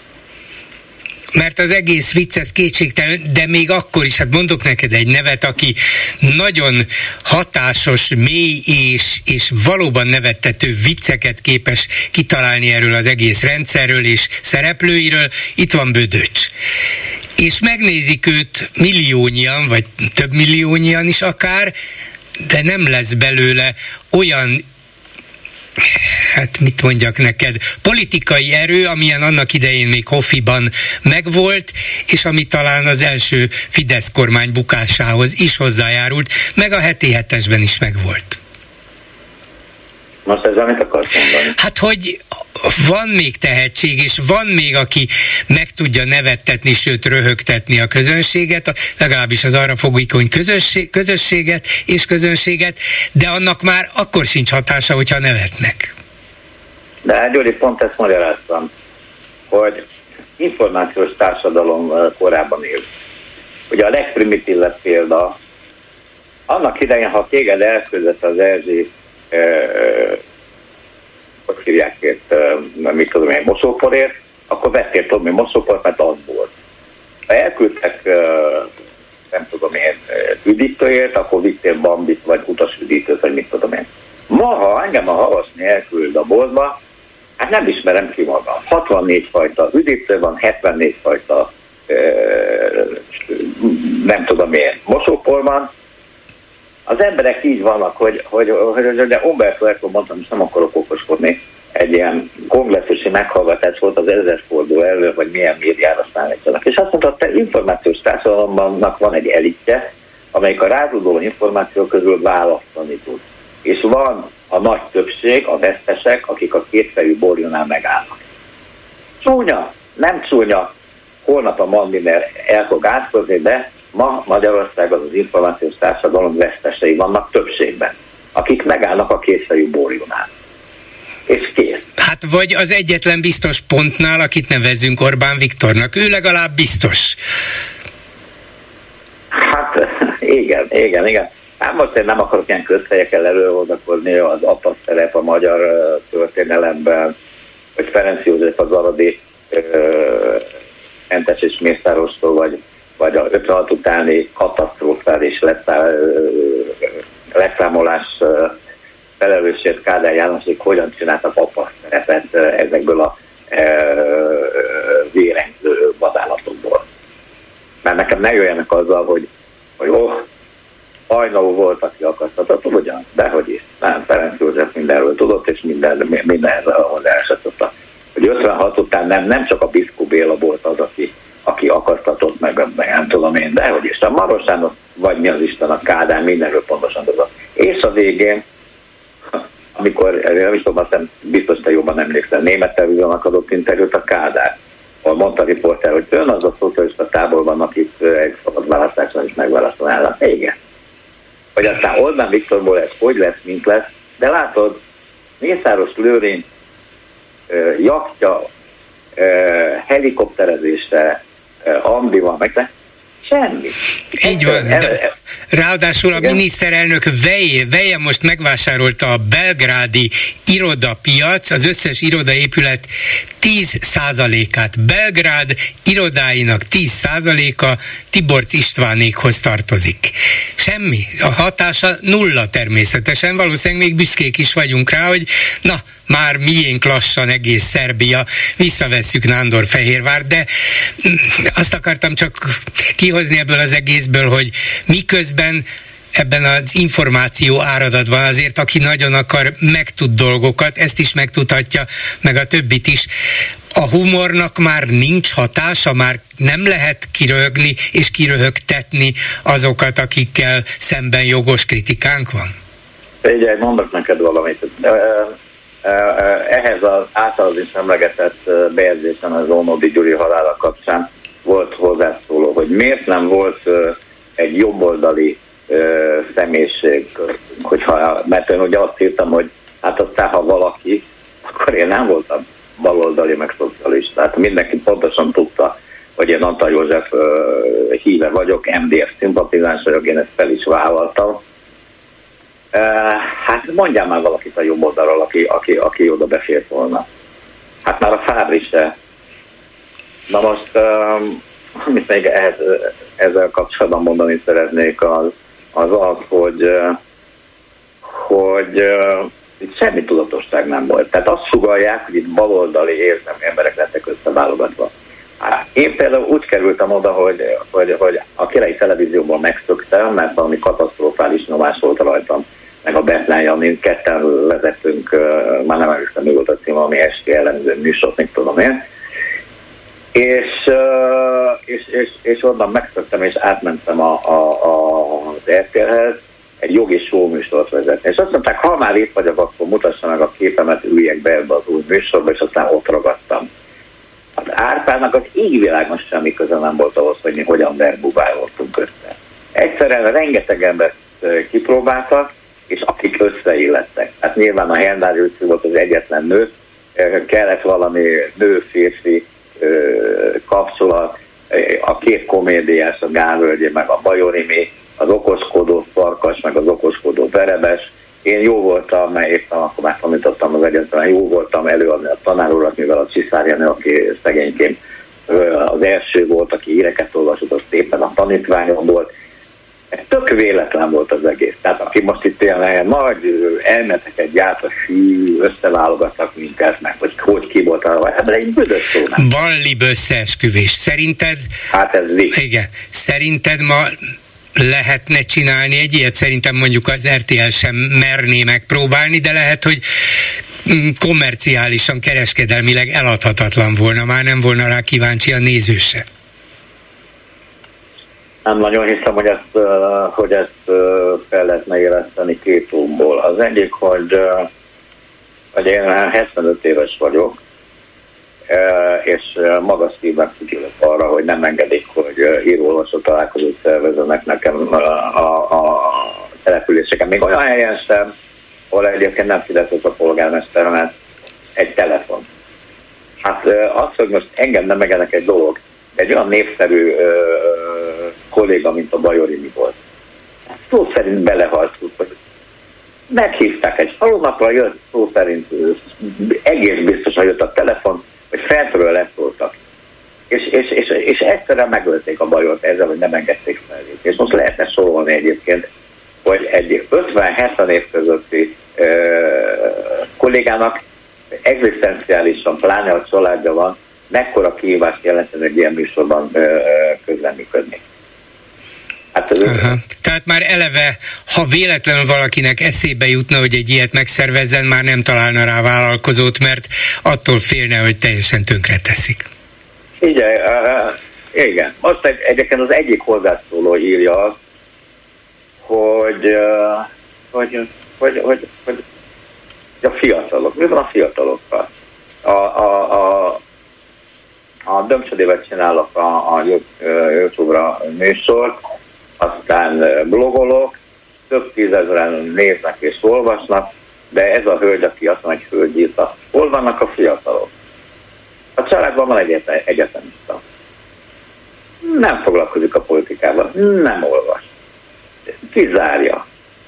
Mert az egész vicc, ez kétségtelen, de még akkor is, hát mondok neked egy nevet, aki nagyon hatásos, mély és, és valóban nevettető vicceket képes kitalálni erről az egész rendszerről és szereplőiről, itt van Bödöcs. És megnézik őt milliónyian, vagy több milliónyian is akár, de nem lesz belőle olyan, hát mit mondjak neked, politikai erő, amilyen annak idején még Hoffiban megvolt, és ami talán az első Fidesz kormány bukásához is hozzájárult, meg a heti hetesben is megvolt. Most ez amit akarsz mondani? Hát, hogy van még tehetség, és van még, aki meg tudja nevettetni, sőt röhögtetni a közönséget, legalábbis az arra fogékony közösség, közösséget és közönséget, de annak már akkor sincs hatása, hogyha nevetnek. De hát Gyuri, pont ezt magyaráztam, hogy információs társadalom korában él. Ugye a legprimitívebb példa, annak idején, ha téged elküldött az Erzsi hogy hívják itt, mit tudom én, mosóporért, akkor vettél tudom én mosóport, mert az volt. Ha elküldtek, nem tudom én, üdítőért, akkor vittél bambit, vagy utasüdítőt, vagy mit tudom én. Ma, ha engem a havasni elküld a boltba, hát nem ismerem ki magam. hatvannégy fajta üdítő van, hetvennégy fajta nem tudom milyen mosópor van. Az emberek így vannak, hogy, hogy, hogy, hogy de Umberto Eco mondtam, és nem akarok okoskodni, egy ilyen kongresszusi meghallgatás volt az ezerforduló elő, hogy milyen médiára szállítsanak. És azt mondta, hogy te információs társadalomnak van egy elitje, amelyik a rázódó információ közül választani tud. És van a nagy többség, a vesztesek, akik a kétfejű borjónál megállnak. Csúnya, nem csúnya, holnap a Mandiner el fog átkozni, de ma Magyarország az az információs társadalom vesztesei vannak többségben, akik megállnak a kétfejű borjónál. És kész. Hát vagy az egyetlen biztos pontnál, akit nevezünk Orbán Viktornak. Ő legalább biztos. Hát igen, igen, igen. Hát most én nem akarok ilyen közhelyekkel előhozakodni, az apasz szerep a magyar történelemben, hogy Ferenc József az aradi Entes és Mészárostól, vagy, vagy a ötvenhat utáni katasztrofális leszámolás felelősségét Kádár Jánosik hogyan csináltak apasz szerepet ezekből a vérengző vadállatokból. Mert nekem ne jöjjenek azzal, hogy, hogy oh, Hajnó volt, aki akasztatott, ugyan, dehogy is. Nem, Ferenc József mindenről tudott, és minden, mindenhez hozzáesett. Hogy ötvenhat után nem, nem csak a Biszkó Béla volt az, aki, aki akasztatott, meg, meg nem tudom én, dehogy is. A Maros Sándor, vagy mi az Isten, a Kádár, mindenről pontosan tudott. És a végén, amikor, nem is tudom, aztán biztos te jobban emlékszel, német televíziónak adott interjút a Kádár, ahol mondta a riporter, hogy ön az a szocialista táborban, akit egy szabad választáson is megválasztanának. Igen. Hogy aztán Orbán Viktorból ez hogy lesz, mint lesz, de látod, Mészáros Lőrinc uh, jachtja, uh, helikopterezése, uh, Ambival, meg de semmi. Így van, de ráadásul a igen? miniszterelnök veje, veje most megvásárolta a belgrádi irodapiac, az összes irodaépület tíz százalékát. Belgrád irodáinak tíz százaléka Tiborcs Istvánékhoz tartozik. Semmi. A hatása nulla természetesen. Valószínűleg még büszkék is vagyunk rá, hogy na, már miénk lassan egész Szerbia, visszavesszük Nándorfehérvár, de azt akartam csak kihozni ebből az egészből, hogy miközben ebben az információ áradatban azért, aki nagyon akar, megtud dolgokat, ezt is megtudhatja, meg a többit is. A humornak már nincs hatása, már nem lehet kiröhögni és kiröhögtetni azokat, akikkel szemben jogos kritikánk van? Figyelj, mondok neked valamit. Ehhez az általad is emlegetett bejegyzésen az Ónodi Gyuri halála kapcsán volt hozzászóló, hogy miért nem volt egy jobboldali személyiség, hogyha, mert én ugye azt írtam, hogy hát aztán ha valaki, akkor én nem voltam baloldali meg szocialista. Tehát mindenki pontosan tudta, hogy én Antal József híve vagyok, em dé ef szimpatizáns vagyok, én ezt fel is vállaltam. Hát mondjál már valakit a jobb oldalról, aki, aki, aki oda befért volna. Hát már a Fábri se. Na most, amit még ehhez, ezzel kapcsolatban mondani szeretnék, az az, az hogy, hogy itt semmi tudatosság nem volt. Tehát azt sugallják, hogy itt baloldali érzelmi emberek lettek összeválogatva. Én például úgy kerültem oda, hogy, hogy, hogy a Királyi Televízióból megszöktem, mert valami katasztrofális nyomás volt rajtam, meg a Betlen Jani, ketten vezettünk, már nem emlékszem, mi volt a cím, ami esti ellenző műsort, még tudom én. És, és, és, és onnan megszöktem, és átmentem a, a, a, az er té el-hez egy jogi show műsort vezetni. És azt mondták, ha már itt vagyok, akkor mutassa meg a képemet, üljek be ebbe az új műsorba, és aztán ott ragadtam. Az Árpádnak az égvilágon semmi köze nem volt ahhoz, hogy mi hogyan verbubálódtunk össze. Egyszerűen rengeteg embert kipróbáltak, és akik összeillettek. Hát nyilván a Hendár Júci volt az egyetlen nő, kellett valami nő-férfi kapcsolat, a két komédiás, a Gálvölgyi, meg a Bajorimi, az okoskodó Farkas, meg az okoskodó Verebes. Én jó voltam, mert éppen akkor már tanítottam az egyetemen, jó voltam előadni a tanárurat, mivel a Csiszárjanő, aki szegényként az első volt, aki híreket olvasott, az éppen a tanítványom volt. Tök véletlen volt az egész. Tehát aki most itt ilyen nagy elmeteket gyárt a sű, összeválogattak minket, meg hogy hogy ki volt arra, ebben egy büdös szó nem. Ballibb összeesküvés. Szerinted... Hát ez vicc. Igen. Szerinted ma lehetne csinálni egy ilyet? Szerintem mondjuk az er té el sem merné megpróbálni, de lehet, hogy kommerciálisan, kereskedelmileg eladhatatlan volna, már nem volna rá kíváncsi a néző se. Nem nagyon hiszem, hogy ezt, hogy ezt fel lehetne éleszteni két okból. Az egyik, hogy, hogy én hetvenöt éves vagyok, és magas szívben figyelök arra, hogy nem engedik, hogy író-olvasó találkozót szervezzenek nekem a, a, a településeken. Még olyan helyen sem, ahol egyébként nem fizetett a polgármester, mert egy telefon. Hát az, hogy most engem nem megenek egy dolog, egy olyan népszerű ö, kolléga, mint a Bajori mi volt. Szó szerint belehalt, hogy meghívták egy falunapra, jött szó szerint egész biztosan jött a telefon, hogy feltről leszóltak. És, és, és, és egyszerűen megölték a Bajort ezzel, hogy nem engedték fel. És most lehetne sorolni egyébként, hogy egy ötven-hetven év közötti ö, kollégának egzisztenciálisan, pláne a családja van, mekkora kihívást jelentene egy ilyen műsorban ö, közleműködni. Hát, uh-huh. Tehát már eleve, ha véletlenül valakinek eszébe jutna, hogy egy ilyet megszervezzen, már nem találna rá vállalkozót, mert attól félne, hogy teljesen tönkre teszik. Igen, uh, igen. Most egy, egyébként az egyik hozzászóló írja azt, hogy, uh, hogy, hogy, hogy, hogy a fiatalok, mi van a fiatalokkal? A, a, a A Dömcsödével csinálok a, a YouTube-ra műsort, aztán blogolok, több tízezeren néznek és olvasnak, de ez a hölgy, aki azt mondja, hogy hölgy írta. Hol vannak a fiatalok? A családban van egy egyetemista. Nem foglalkozik a politikával, nem olvas. Kizárja.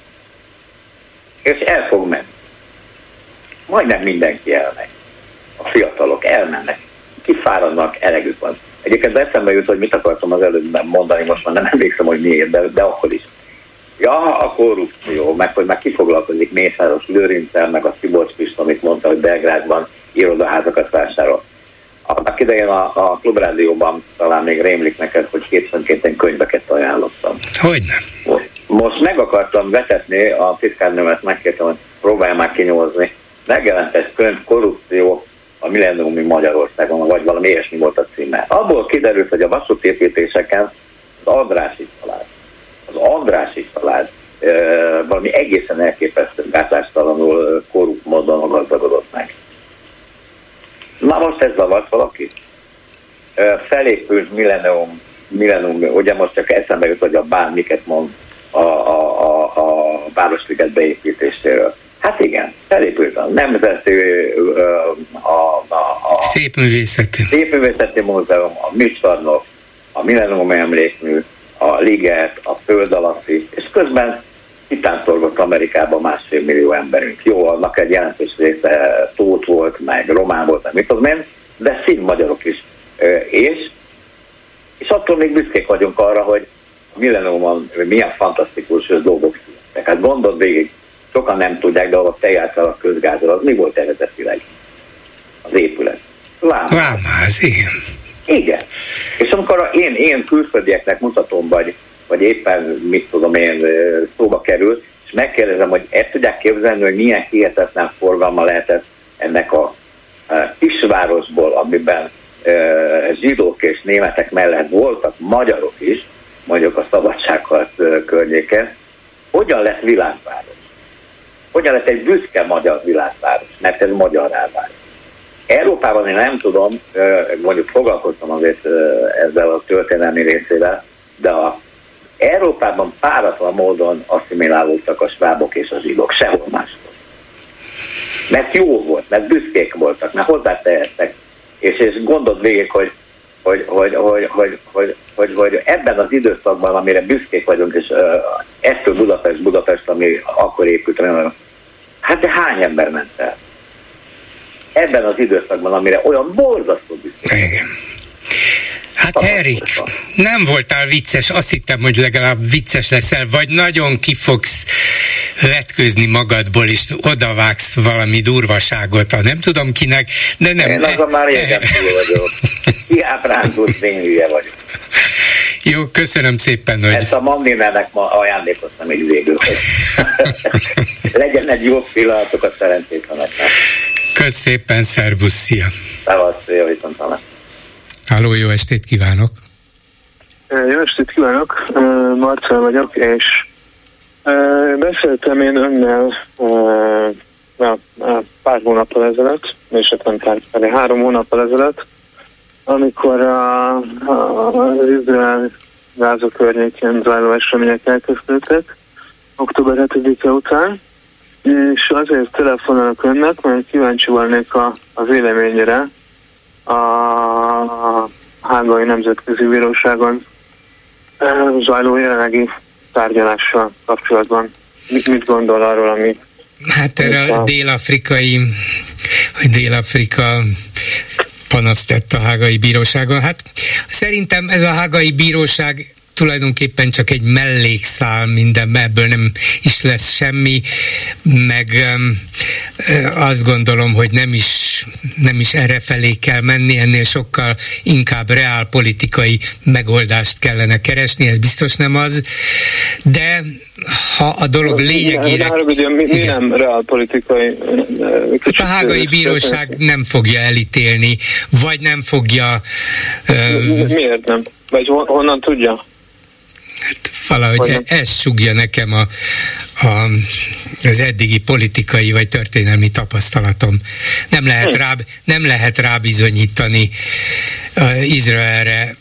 És el fog menni. Majdnem mindenki elmegy. A fiatalok elmennek. Kifáradnak, elegük van. Egyébként eszembe jut, hogy mit akartam az előbb mondani, most már nem emlékszem, hogy miért, de, de akkor is. Ja, a korrupció, meg hogy már kifoglalkozik Mészáros Lőrinccel, meg a Szabolcs Pista, amit mondta, hogy Belgrádban irodaházakat vásárol. Annak idején a, a Klubrádióban talán még rémlik neked, hogy hétfőnként én könyveket ajánlottam. Hogyne. Most meg akartam vetetni, a titkárnőmet megkértem, hogy próbálj már kinyozni. Megjelent egy könyv, Korrupció a millenniumi Magyarországon, vagy valami ilyesmi volt a címe. Abból kiderült, hogy a vasútépítéseken az Andrássy család, az Andrássy család e, valami egészen elképesztő, gátlástalanul korrupt módon gazdagodott meg. Na most ez zavart valaki? E, felépült millennium, millennium, ugye most csak eszembe jut, hogy a bármiket mond a, a, a, a Városliget beépítéséről. Hát igen, felépült a Nemzeti a, a, a Szépművészeti. Szépművészeti Múzeum, a Műcsarnok, a Millennium Emlékmű, a Liget, a Föld alatti, és közben kitáncolgott Amerikában másfél millió emberünk. Jó, annak egy jelentős része tót volt, meg román volt, meg mit tudom én, de szín magyarok is. És, és attól még büszkék vagyunk arra, hogy a Millenniumon milyen fantasztikus dolgok születtek. Hát gondold végig, sokan nem tudják, de ahol te jártál a közgázról, az mi volt eredetileg? Az épület. Vámház. Vámház, igen. Igen. És amikor én, én külföldieknek mutatom, vagy, vagy éppen, mit tudom én, szóba kerül, és megkérdezem, hogy ezt tudják képzelni, hogy milyen hihetetlen forgalma lehetett ennek a kisvárosból, amiben zsidók és németek mellett voltak magyarok is, mondjuk a Szabadságharc környéken, hogyan lett világváros? Hogyan lett egy büszke magyar világváros? Mert ez magyar ráváros. Európában én nem tudom, mondjuk foglalkoztam azért ezzel a történelmi részével, de a Európában páratlan módon asszimilálódtak a svábok és a zsidók, sehol máshol. Mert jó volt, mert büszkék voltak, mert hozzátehettek, és, és gondold végig, hogy, hogy, hogy, hogy, hogy, hogy, hogy, hogy ebben az időszakban, amire büszkék vagyunk, és uh, ettől Budapest, Budapest, ami akkor épült, hát de hány ember ment el? Ebben az időszakban, amire olyan borzasztó büszkék. Igen. Hát Erik, nem voltál vicces, azt hittem, hogy legalább vicces leszel, vagy nagyon ki fogsz vetkőzni magadból, és odavágsz valami durvaságot, nem tudom kinek, de nem. Én azon már régen túl vagyok. Kiábrándult, én hülye vagyok. Jó, köszönöm szépen, hogy... Ezt a Mandinernek ma ajándékoztam így végül, hogy legyen egy jó pillanatok a szerencsétleneknek. Kösz szépen, szervusz, szia! Szevasz, szia, viszontlátásra. Halló, jó estét kívánok! Jó estét kívánok, Marcel vagyok, és beszéltem én önnel pár hónappal ezelőtt, és nem pár, pedig három hónappal ezelőtt, amikor a, a, az Izrael Gáza környékén zajló események elkezdődtek, október hetedike után, és azért telefonálok önnek, mert kíváncsi volnék a, a véleményére a Hágai Nemzetközi Bíróságon zajló jelenlegi tárgyalással kapcsolatban. Mit, mit gondol arról, ami... Hát erre a dél-afrikai, hogy Dél-Afrika panaszt tett a Hágai Bíróságon. Hát szerintem ez a Hágai Bíróság tulajdonképpen csak egy mellékszál mindenben, ebből nem is lesz semmi, meg um, azt gondolom, hogy nem is, nem is erre felé kell menni, ennél sokkal inkább reálpolitikai megoldást kellene keresni, ez biztos nem az, de ha a dolog lényegére... De, de, mi, mi nem reálpolitikai? Hát a Hágai Bíróság nem fogja elítélni, vagy nem fogja... Uh, Miért nem? Vagy honnan tudja? Hát valahogy e, ez sugja nekem a, a, az eddigi politikai vagy történelmi tapasztalatom. Nem lehet, hmm. rá, nem lehet rábizonyítani uh, Izraelre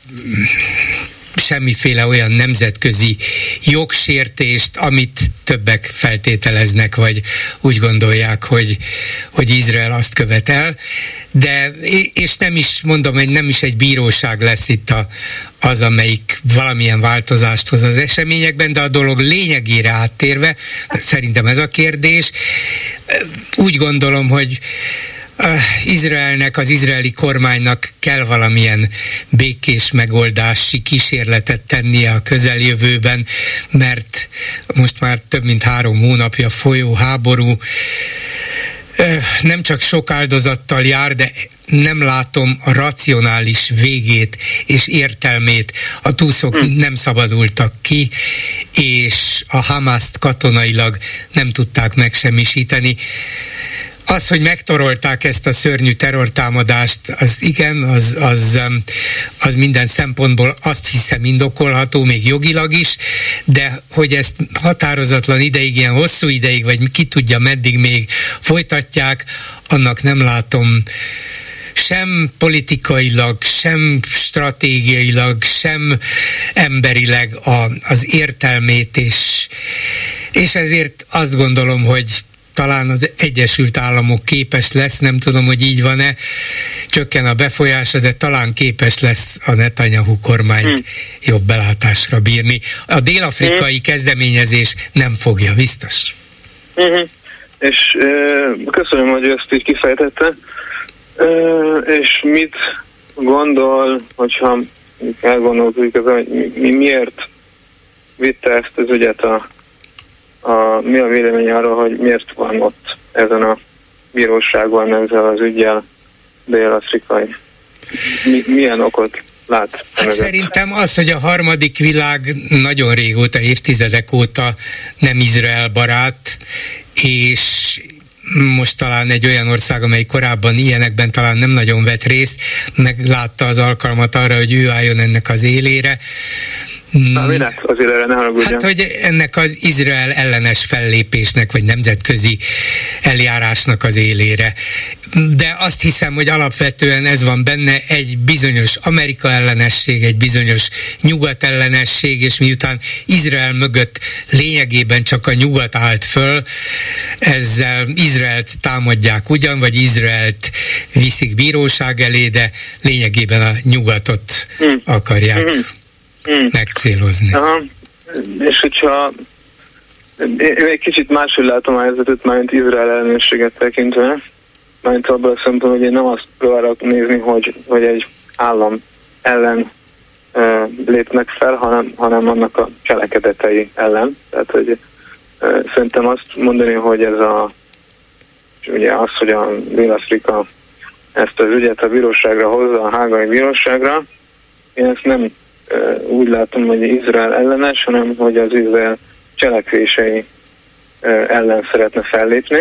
semmiféle olyan nemzetközi jogsértést, amit többek feltételeznek, vagy úgy gondolják, hogy, hogy Izrael azt követel. De, és nem is, mondom, hogy nem is egy bíróság lesz itt a, az, amelyik valamilyen változást hoz az eseményekben, de a dolog lényegére áttérve, szerintem ez a kérdés, úgy gondolom, hogy Izraelnek, az izraeli kormánynak kell valamilyen békés megoldási kísérletet tennie a közeljövőben, mert most már több mint három hónapja folyó háború nem csak sok áldozattal jár, de nem látom a racionális végét és értelmét. A túszok hmm. nem szabadultak ki, és a Hamaszt katonailag nem tudták megsemmisíteni. Az, hogy megtorolták ezt a szörnyű terrortámadást, az igen, az, az, az minden szempontból azt hiszem indokolható, még jogilag is, de hogy ezt határozatlan ideig, ilyen hosszú ideig, vagy ki tudja meddig még folytatják, annak nem látom sem politikailag, sem stratégiailag, sem emberileg a, az értelmét, és, és ezért azt gondolom, hogy talán az Egyesült Államok képes lesz, nem tudom, hogy így van-e, csökken a befolyása, de talán képes lesz a Netanyahu kormányt hmm. jobb belátásra bírni. A dél-afrikai hmm. kezdeményezés nem fogja, biztos. Hmm. És uh, köszönöm, hogy ezt így kifejtette. Uh, és mit gondol, hogyha elgondolkodik, hogy mi, miért vitte ezt az ügyet a A, mi a vélemény arról, hogy miért van ott ezen a bíróságon ezzel az üggyel dél-afrikai? Mi, milyen okot lát? Hát szerintem az, hogy a harmadik világ nagyon régóta, évtizedek óta nem Izrael barát, és most talán egy olyan ország, amely korábban ilyenekben talán nem nagyon vett részt, meglátta az alkalmat arra, hogy ő álljon ennek az élére. Na, minek? Azért erre ne haragudjon. Hát, hogy ennek az Izrael ellenes fellépésnek, vagy nemzetközi eljárásnak az élére. De azt hiszem, hogy alapvetően ez van benne, egy bizonyos Amerika ellenesség, egy bizonyos nyugat ellenesség, és miután Izrael mögött lényegében csak a nyugat állt föl, ezzel Izraelt támadják ugyan, vagy Izraelt viszik bíróság elé, de lényegében a nyugatot hmm. akarják hmm. Hmm. megcélozni. Aha. És hogyha én egy kicsit máshogy látom a helyzetet, mint Izrael ellenőrséget tekintve, mint abban a szempontból, hogy én nem azt próbálok nézni, hogy, hogy egy állam ellen lépnek fel, hanem, hanem annak a cselekedetei ellen. Tehát, hogy szerintem azt mondani, hogy ez a ugye az, hogy a Dél-Afrika ezt az ügyet a bíróságra hozza, a hágai bíróságra, én ezt nem úgy látom, hogy Izrael ellenes, hanem hogy az Izrael cselekvései ellen szeretne fellépni.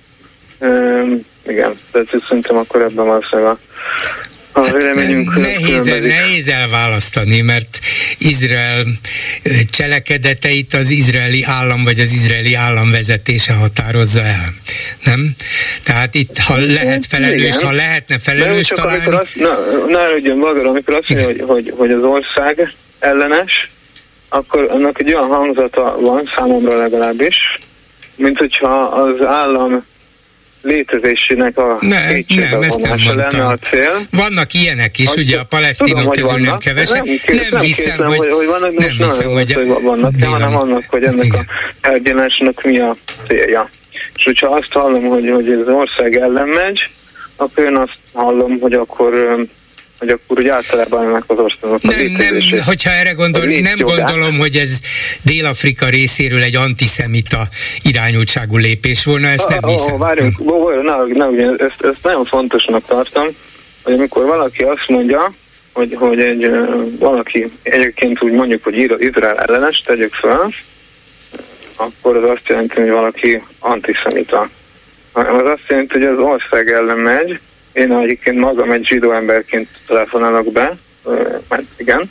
Igen, tehát szerintem akkor ebben valószínűleg a A hát nehéz, nehéz elválasztani, mert Izrael cselekedeteit az izraeli állam vagy az izraeli állam vezetése határozza el. Nem? Tehát itt, ha lehet felelős, igen. ha lehetne felelős találni... Azt, na, ne rögyen magadra, amikor azt mondja, hogy, hogy, hogy az ország ellenes, akkor annak egy olyan hangzata van, számomra legalábbis, mint hogyha az állam létezésének a ne, nem, ezt nem lenne a cél. Vannak ilyenek is, ugye a palesztinok közül nem kevesek. Nem, nem, nem hiszem, hogy, hogy, hogy vannak, nem hiszem, hogy, hogy vannak, de hanem annak, hogy ennek igen. a elgyenlásnak mi a célja. És hogyha azt hallom, hogy, hogy ez az ország ellen megy, akkor én azt hallom, hogy akkor hogy akkor úgy általában ennek az országnak a nem, nem, hogyha erre gondol, nem gondolom, hogy ez Dél-Afrika részéről egy antiszemita irányultságú lépés volna, ezt nem ah, hiszem. Oh, várjunk, ne, ne, ne, ezt, ezt nagyon fontosnak tartom, hogy amikor valaki azt mondja, hogy, hogy egy, valaki egyébként úgy mondjuk, hogy Izrael ellenes, tegyük fel, akkor az azt jelenti, hogy valaki antiszemita. Az azt jelenti, hogy az ország ellen megy. Én egyébként magam egy zsidó emberként telefonálok be, mert igen,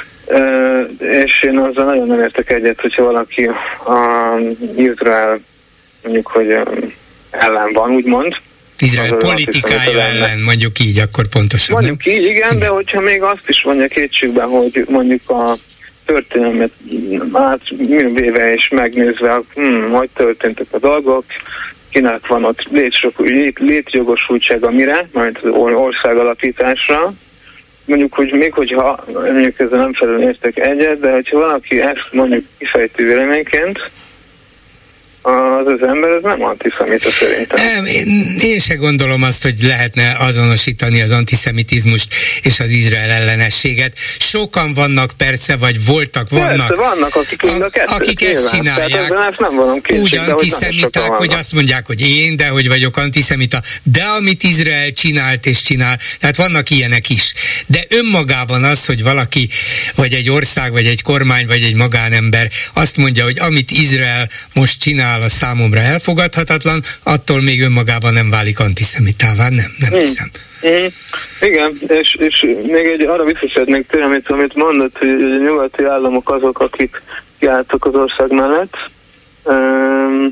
és én azzal nagyon nem értek egyet, hogyha valaki a Izrael mondjuk, hogy ellen van, úgymond. Izrael politikája ellen, mondjuk így, akkor pontosan. Mondjuk nem? így, igen, igen, de hogyha még azt is mondja kétségben, hogy mondjuk a történelmet átvéve és megnézve, hm, hogy történtek a dolgok, kinek van ott lét, létjogosultsága mire, majd az ország alapításra. Mondjuk, hogy még hogyha mondjuk ezzel nem felül értek egyet, de hogyha valaki ezt mondjuk kifejtő véleményként, az az ember, ez nem antiszemita szerintem. Nem, én, én se gondolom azt, hogy lehetne azonosítani az antiszemitizmust és az Izrael ellenességet. Sokan vannak persze, vagy voltak, vannak. Persze, vannak, akik, a, kettőt, akik ezt csinálják. Ezt nem vonom készség, úgy antiszemiták, hogy, hogy azt mondják, hogy én, de hogy vagyok antiszemita. De amit Izrael csinált és csinál, tehát vannak ilyenek is. De önmagában az, hogy valaki, vagy egy ország, vagy egy kormány, vagy egy magánember azt mondja, hogy amit Izrael most csinál, a számomra elfogadhatatlan, attól még önmagában nem válik antiszemitává, nem, nem hmm. hiszem. Mm. Igen, és, és még egy arra visszaszernék tőle, amit, amit mondott, hogy a nyugati államok azok, akik kiálltak az ország mellett. Um,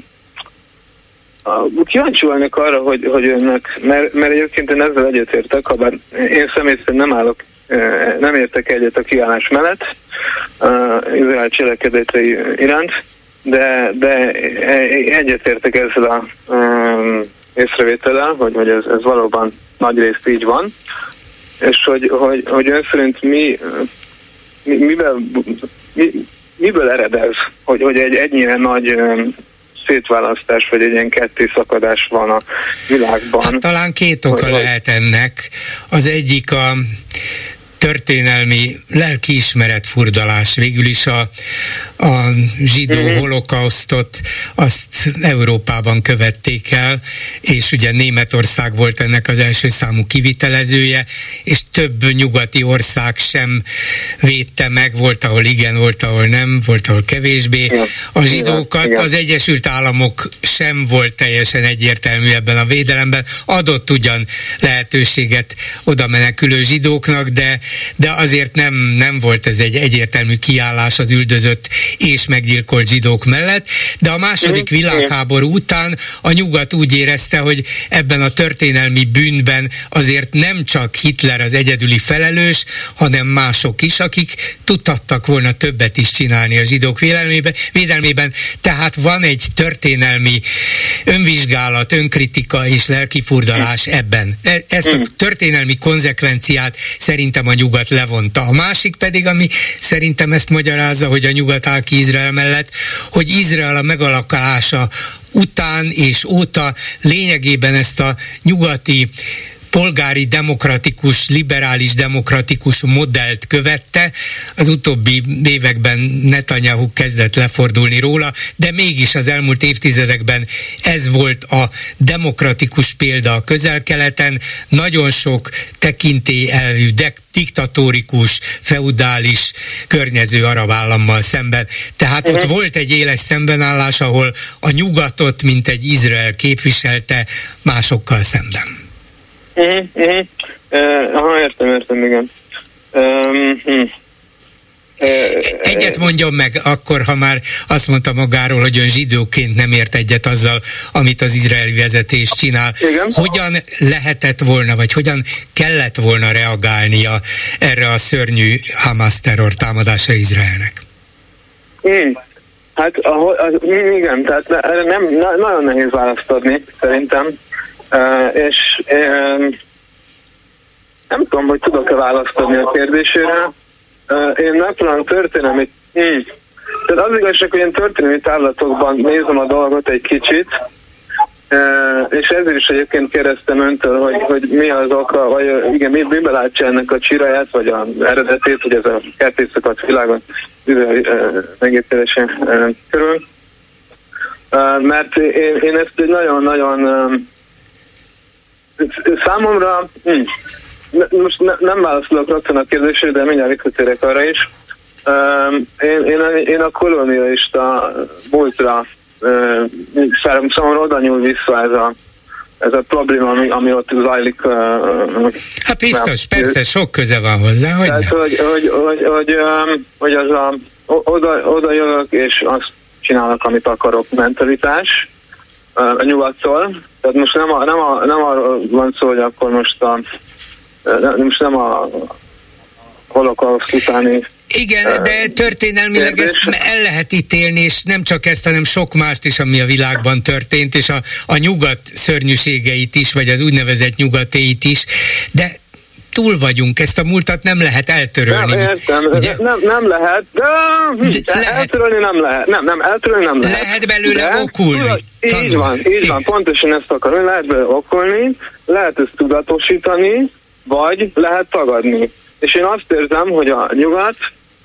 kíváncsi volnék arra, hogy, hogy önnek, mert, mert egyébként én ezzel egyetértek, habár én személy szerint nem állok, nem értek egyet a kiállás mellett uh, Izrael cselekedetei iránt, de, de egyetértek ezzel a um, észrevétellel, hogy, hogy ez, ez valóban nagy részt így van, és hogy, hogy, hogy ön szerint mi, mi, mivel, mi, miből ered ez, hogy, hogy egy ennyire nagy um, szétválasztás, vagy egy ilyen ketté szakadás van a világban. Hát, talán két oka hogy, lehet ennek. Az egyik a történelmi lelkiismeret furdalás. Végül is a, a zsidó mm-hmm. holokausztot azt Európában követték el, és ugye Németország volt ennek az első számú kivitelezője, és több nyugati ország sem védte meg, volt, ahol igen, volt, ahol nem, volt, ahol kevésbé. A zsidókat az Egyesült Államok sem volt teljesen egyértelmű ebben a védelemben, adott ugyan lehetőséget oda menekülő zsidóknak, de de azért nem, nem volt ez egy egyértelmű kiállás az üldözött és meggyilkolt zsidók mellett, de a második világháború után a nyugat úgy érezte, hogy ebben a történelmi bűnben azért nem csak Hitler az egyedüli felelős, hanem mások is, akik tudtattak volna többet is csinálni a zsidók védelmében, tehát van egy történelmi önvizsgálat, önkritika és lelkifurdalás ebben. Ezt a történelmi konzekvenciát szerintem a nyugat levonta. A másik pedig, ami szerintem ezt magyarázza, hogy a nyugat áll ki Izrael mellett, hogy Izrael a megalakulása után és óta lényegében ezt a nyugati polgári demokratikus, liberális demokratikus modellt követte. Az utóbbi években Netanyahu kezdett lefordulni róla, de mégis az elmúlt évtizedekben ez volt a demokratikus példa a Közel-Keleten. Nagyon sok tekintélyelvű, diktatórikus, feudális környező arab állammal szemben. Tehát ott volt egy éles szembenállás, ahol a nyugatot, mint egy Izrael képviselte másokkal szemben. Uh-huh, uh-huh. Uh, aha, értem, értem, igen. Um, hm. uh, Egyet mondjon meg akkor, ha már azt mondta magáról, hogy ön zsidóként nem ért egyet azzal, amit az izraeli vezetés csinál. Igen. Hogyan lehetett volna, vagy hogyan kellett volna reagálnia erre a szörnyű Hamas terror támadásra Izraelnek? Mm. Hát ahogy, az, igen, tehát erre nem, na, nagyon nehéz választ adni, szerintem. Uh, és uh, nem tudom, hogy tudok-e választ adni a kérdésére. Uh, én megpróbálom történelmi... Mm. Tehát az igazság, hogy én történelmi távlatokban nézem a dolgot egy kicsit, uh, és ezért is egyébként kérdeztem öntől, hogy, hogy mi az oka, vagy igen, mi, miben látja ennek a csiraját, vagy az eredetét, hogy ez a kettészakadt világon uh, megítélése uh, körül. Uh, mert én, én ezt egy nagyon-nagyon... Um, Számomra, hm, most ne, nem válaszolok rögtön a kérdésre, de mindjárt visszatérek arra is. Uh, én, én, én a kolonialista múltra uh, számomra oda nyúl vissza ez a, ez a probléma, ami, ami ott zajlik. Uh, hát biztos, nem, persze, sok köze van hozzá, hogy tehát, nem. Hogy, hogy, hogy, hogy, um, hogy az a oda, oda jövök, és azt csinálok, amit akarok mentalitás a nyugattól. Tehát most nem, a, nem, a, nem arról van szó, hogy akkor most a most nem a holokauszt utáni. Igen, de történelmileg ezt el lehet ítélni, és nem csak ezt, hanem sok mást is, ami a világban történt, és a, a nyugat szörnyűségeit is, vagy az úgynevezett nyugatéit is, de túl vagyunk, ezt a múltat nem lehet eltörölni. Nem, értem, nem, nem lehet, de, de lehet. eltörölni nem lehet. Nem, nem, eltörölni nem lehet. Lehet belőle de, okulni. Tudod, így van, így van, pontosan ezt akarom, lehet belőle okulni, lehet ezt tudatosítani, vagy lehet tagadni. És én azt érzem, hogy a nyugat,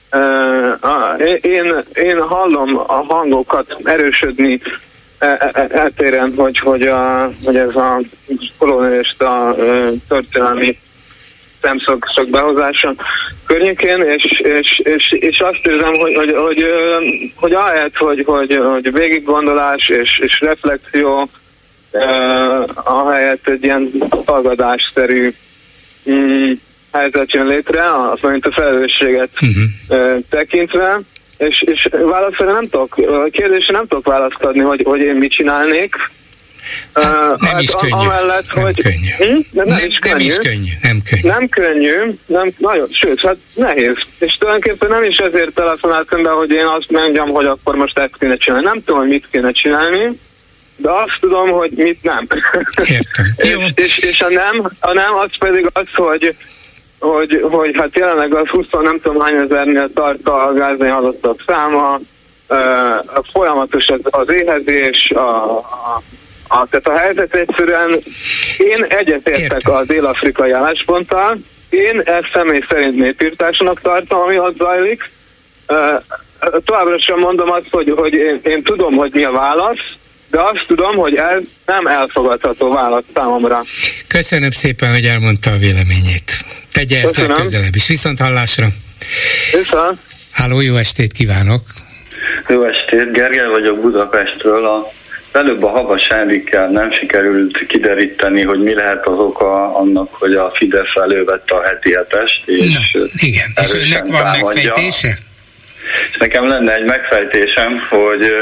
uh, én, én hallom a hangokat erősödni eltéren, hogy, hogy, a, hogy ez a kolonialista uh, történelmi szemszög behozása környékén, és, és, és, és azt érzem, hogy, hogy, hogy, hogy ahelyett, hogy, hogy, hogy végiggondolás és, és reflexió, uh, ahelyett egy ilyen tagadásszerű mm, helyzet jön létre, a, mint a felelősséget uh-huh. uh, tekintve, és, és válaszra nem tudok, a kérdésre nem tudok választ adni, hogy, hogy én mit csinálnék. Hát nem hát is könnyű. Amellett, nem hogy, könnyű. Hm? Nem, nem, nem, is nem is könnyű. Nem könnyű. Nem könnyű, nem, nagyon, sőt, hát nehéz. És tulajdonképpen nem is ezért telefonáltam be, hogy én azt mondjam, hogy akkor most ezt kéne csinálni. Nem tudom, hogy mit kéne csinálni, de azt tudom, hogy mit nem. Értem. és, és, és a nem, a nem az pedig az, hogy hogy, hogy hát jelenleg az húsz nem tudom hány ezernél tart a gázni halottak száma, uh, folyamatos az, az éhezés, a, a, a, tehát a helyzet egyszerűen, én egyetértek a dél-afrikai állásponttal, én ezt személy szerint népírtásnak tartom, ami ott zajlik. Uh, továbbra sem mondom azt, hogy, hogy én, én tudom, hogy mi a válasz, de azt tudom, hogy ez nem elfogadható válasz számomra. Köszönöm szépen, hogy elmondta a véleményét. Tegye ezt legközelebb is. Viszont hallásra. Viszont. Háló, jó estét kívánok. Jó estét, Gergely vagyok Budapestről. A, előbb a Havas Henrikkel nem sikerült kideríteni, hogy mi lehet az oka annak, hogy a Fidesz elővette a heti hetest. És Na, igen, és önnek van támadja. Megfejtése? És nekem lenne egy megfejtésem, hogy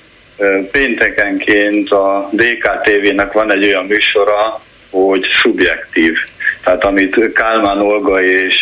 péntekenként a dé ká té vének van egy olyan műsora, hogy szubjektív. Tehát amit Kálmán Olga és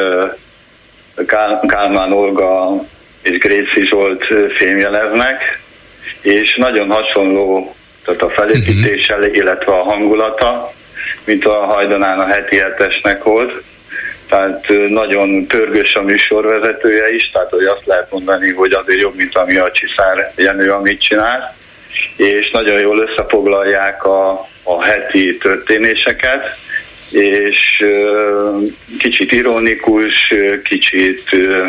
Kálmán Olga és Gréci Zsolt fémjeleznek, és nagyon hasonló, tehát a felépítéssel, illetve a hangulata, mint a hajdanán a heti hetesnek volt. Tehát nagyon pörgős a műsorvezetője is, tehát hogy azt lehet mondani, hogy azért jobb, mint ami a Csiszár Jenő, amit csinál, és nagyon jól összefoglalják a, a heti történéseket, és kicsit ironikus, kicsit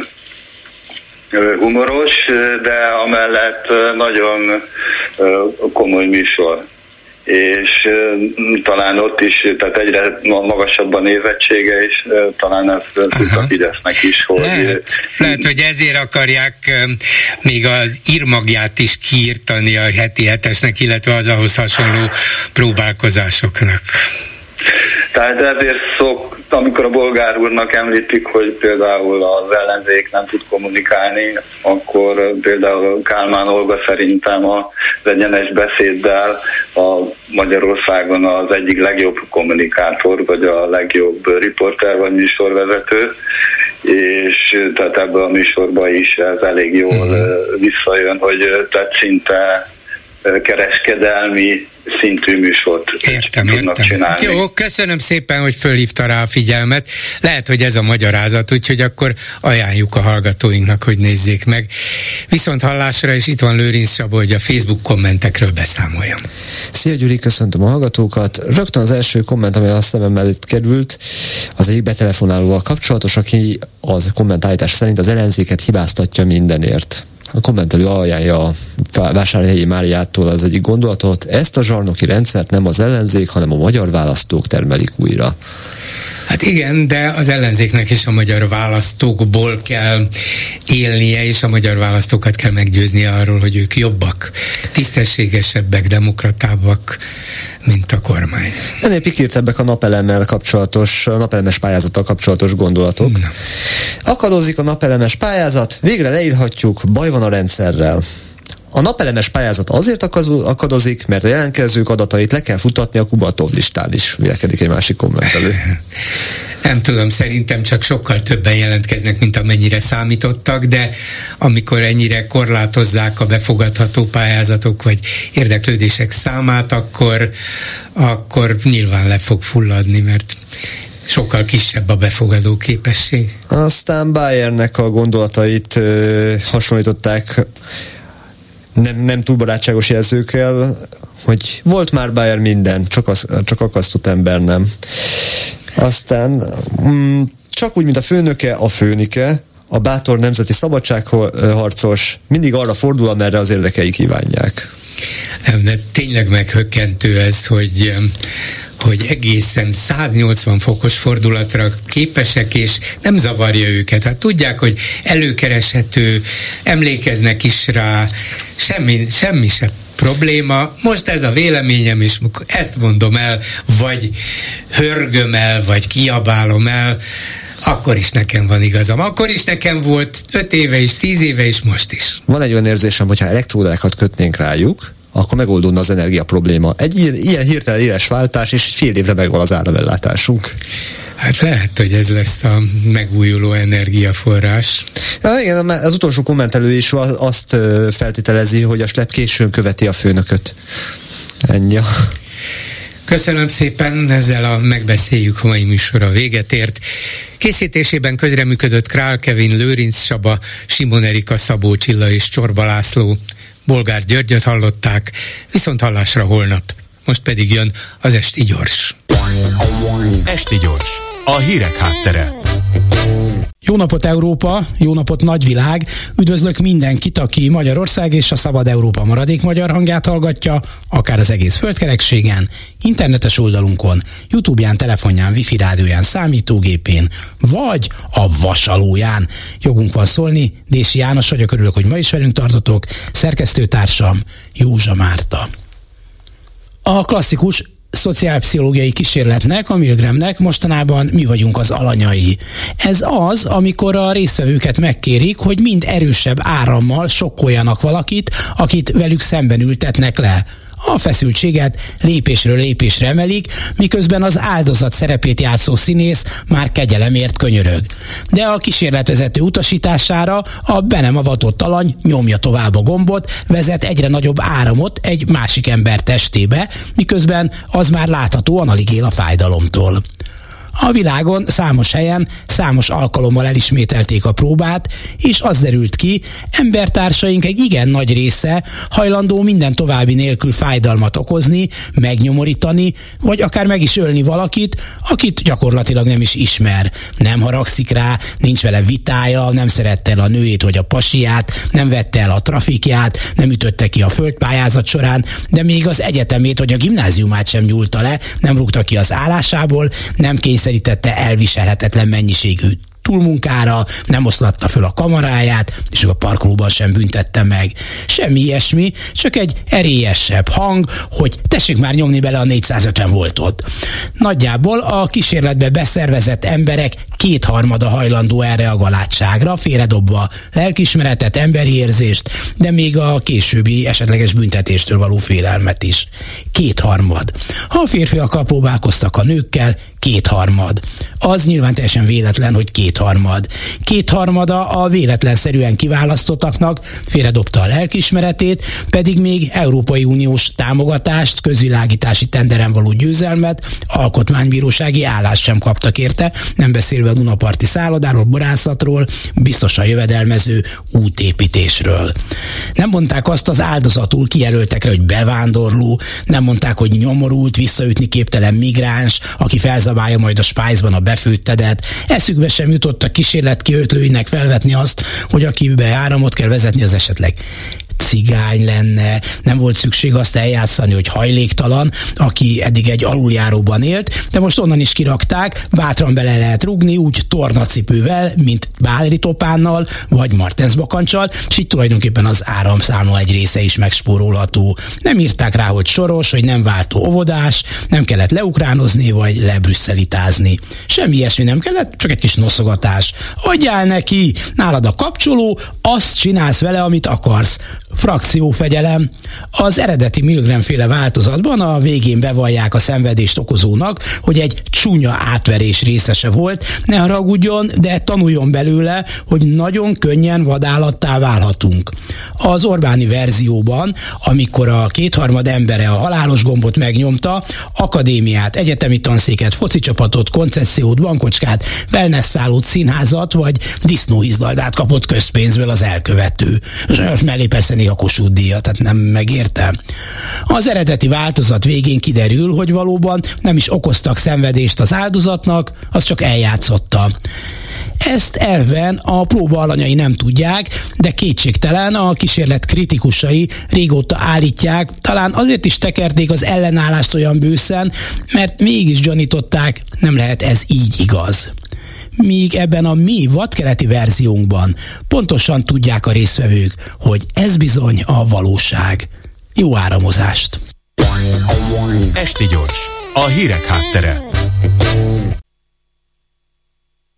humoros, de amellett nagyon komoly műsor. És talán ott is, tehát egyre magasabban érettsége, és talán ez tud a Fidesznek is, hogy... Lehet, lehet, hogy ezért akarják még az írmagját is kiírtani a heti hetesnek, illetve az ahhoz hasonló próbálkozásoknak. Tehát ezért szok, amikor a Bolgár úrnak említik, hogy például az ellenzék nem tud kommunikálni, akkor például Kálmán Olga szerintem az egyenes beszéddel a Magyarországon az egyik legjobb kommunikátor, vagy a legjobb riporter, vagy műsorvezető, és tehát ebben a műsorban is ez elég jól visszajön, hogy tehát szinte kereskedelmi szintű műsort értem, tudnak értem. csinálni. Jó, köszönöm szépen, hogy fölhívta rá a figyelmet. Lehet, hogy ez a magyarázat, úgyhogy akkor ajánljuk a hallgatóinknak, hogy nézzék meg. Viszont hallásra, és itt van Lőrinc Csaba, hogy a Facebook kommentekről beszámoljon. Szia Gyuri, köszöntöm a hallgatókat. Rögtön az első komment, ami a szemem mellett került, az egyik betelefonálóval kapcsolatos, aki az kommentállítás szerint az ellenzéket hibáztatja mindenért. A kommentelő ajánlja a Vásárhelyi Máriától az egyik gondolatot: ezt a zsarnoki rendszert nem az ellenzék, hanem a magyar választók termelik újra. Hát igen, de az ellenzéknek is a magyar választókból kell élnie, és a magyar választókat kell meggyőznie arról, hogy ők jobbak, tisztességesebbek, demokratábbak, mint a kormány. Ennél pikírtebbek a napelemmel kapcsolatos, a napelemes pályázattal kapcsolatos gondolatok. Na. Akadozik a napelemes pályázat, végre leírhatjuk, baj van a rendszerrel. A napelemes pályázat azért akadozik, mert a jelentkezők adatait le kell futatni a Kubatov listán is, vélekedik egy másik kommentelő. Nem tudom, szerintem csak sokkal többen jelentkeznek, mint amennyire számítottak, de amikor ennyire korlátozzák a befogadható pályázatok vagy érdeklődések számát, akkor, akkor nyilván le fog fulladni, mert sokkal kisebb a befogadó képesség. Aztán Bayernnek a gondolatait ö, hasonlították nem, nem túl barátságos jelzőkkel, hogy volt már Bayern minden, csak, az, csak akasztott ember nem. Aztán mm, csak úgy, mint a főnöke, a főnike, a bátor nemzeti szabadságharcos mindig arra fordul, amerre az érdekei kívánják. De tényleg meghökkentő ez, hogy hogy egészen száznyolcvan fokos fordulatra képesek, és nem zavarja őket. Hát tudják, hogy előkereshető, emlékeznek is rá, semmi, semmi sem probléma. Most ez a véleményem, és ezt mondom el, vagy hörgöm el, vagy kiabálom el, akkor is nekem van igazam. Akkor is nekem volt öt éve is, tíz éve is, most is. Van egy olyan érzésem, hogyha elektródákat kötnénk rájuk, akkor megoldódna az energia probléma. Egy ilyen, ilyen hirtelen éles váltás, és fél évre megvan az áramellátásunk. Hát lehet, hogy ez lesz a megújuló energiaforrás. Ja, igen, az utolsó kommentelő is azt feltételezi, hogy a slep későn követi a főnököt. Ennyi. Köszönöm szépen, ezzel a megbeszéljük a mai műsora véget ért. Készítésében közreműködött Král Kevin, Lőrinc Csaba, Simon Erika, Szabó Csilla és Csorba László. Bolgár Györgyöt hallották, viszont hallásra holnap. Most pedig jön az Esti Gyors. Esti Gyors, a hírek háttere. Jó napot Európa, jó napot nagyvilág, üdvözlök mindenkit, aki Magyarország és a Szabad Európa maradék magyar hangját hallgatja, akár az egész földkerekségen, internetes oldalunkon, YouTube-ján, telefonján, wifi rádióján, számítógépén, vagy a vasalóján. Jogunk van szólni, Dési János vagyok, örülök, hogy ma is velünk tartotok, szerkesztőtársam Józsa Márta. A klasszikus szociálpszichológiai kísérletnek, a Milgramnek mostanában mi vagyunk az alanyai. Ez az, amikor a résztvevőket megkérik, hogy mind erősebb árammal sokkoljanak valakit, akit velük szemben ültetnek le. A feszültséget lépésről lépésre emelik, miközben az áldozat szerepét játszó színész már kegyelemért könyörög. De a kísérletvezető utasítására a be nem avatott alany nyomja tovább a gombot, vezet egyre nagyobb áramot egy másik ember testébe, miközben az már láthatóan alig él a fájdalomtól. A világon számos helyen, számos alkalommal elismételték a próbát, és az derült ki, embertársaink egy igen nagy része hajlandó minden további nélkül fájdalmat okozni, megnyomorítani, vagy akár meg is ölni valakit, akit gyakorlatilag nem is ismer. Nem haragszik rá, nincs vele vitája, nem szerette el a nőjét vagy a pasiát, nem vette el a trafikját, nem ütötte ki a földpályázat során, de még az egyetemét vagy a gimnáziumát sem nyúlta le, nem rúgta ki az állásából, nem kényszerítette elviselhetetlen mennyiségű túlmunkára, nem oszlatta föl a kamaráját, és a parkolóban sem büntette meg. Semmi ilyesmi, csak egy erélyesebb hang, hogy tessék már nyomni bele a négyszázötven voltot. Nagyjából a kísérletbe beszervezett emberek kétharmada hajlandó erre a galátságra, félredobva lelkiismeretet, emberi érzést, de még a későbbi esetleges büntetéstől való félelmet is. Kétharmad. Ha a férfiakkal próbálkoztak a nőkkel, kétharmad. Az nyilván teljesen véletlen, hogy kétharmad. Kétharmada a véletlenszerűen kiválasztottaknak félredobta a lelkiismeretét, pedig még Európai Uniós támogatást, közvilágítási tenderen való győzelmet, alkotmánybírósági állást sem kaptak érte, nem beszélve a Dunaparti szállodáról, borászatról, biztosan jövedelmező útépítésről. Nem mondták azt az áldozatul kijelöltekre, hogy bevándorló, nem mondták, hogy nyomorult, visszaütni képtelen migráns, aki felzabálja majd a spájzban a befőttedet. Eszükbe sem jutott a kísérlet kiötlőinek felvetni azt, hogy akibe áramot kell vezetni, az esetleg cigány lenne, nem volt szükség azt eljátszani, hogy hajléktalan, aki eddig egy aluljáróban élt, de most onnan is kirakták, bátran bele lehet rugni, úgy tornacipővel, mint Bálri Topánnal, vagy Martens Bakancsal, és itt tulajdonképpen az áramszámla egy része is megspórolható. Nem írták rá, hogy soros, hogy nem váltó óvodás, nem kellett leukránozni, vagy lebrüsszelitázni. Semmi ilyesmi nem kellett, csak egy kis noszogatás. Adjál neki, nálad a kapcsoló, azt csinálsz vele, amit akarsz. Frakciófegyelem. Az eredeti Milgram-féle változatban a végén bevallják a szenvedést okozónak, hogy egy csúnya átverés részese volt, ne haragudjon, de tanuljon belőle, hogy nagyon könnyen vadállattá válhatunk. Az Orbáni verzióban, amikor a kétharmad embere a halálos gombot megnyomta, akadémiát, egyetemi tanszéket, focicsapatot, koncepciót, bankocskát, wellness-szállót, színházat vagy disznóhizlaldát kapott közpénzből az elkövető. És mellé persze néha Kossuth díjat, tehát nem megérte. Az eredeti változat végén kiderül, hogy valóban nem is okoztak szenvedést az áldozatnak, az csak eljátszotta. Ezt elven a próba alanyai nem tudják, de kétségtelen a kísérlet kritikusai régóta állítják, talán azért is tekerték az ellenállást olyan bőszen, mert mégis gyanították, nem lehet ez így igaz. Míg ebben a mi vadkeleti verziónkban pontosan tudják a résztvevők, hogy ez bizony a valóság. Jó áramozást! Esti gyors, a hírek háttere.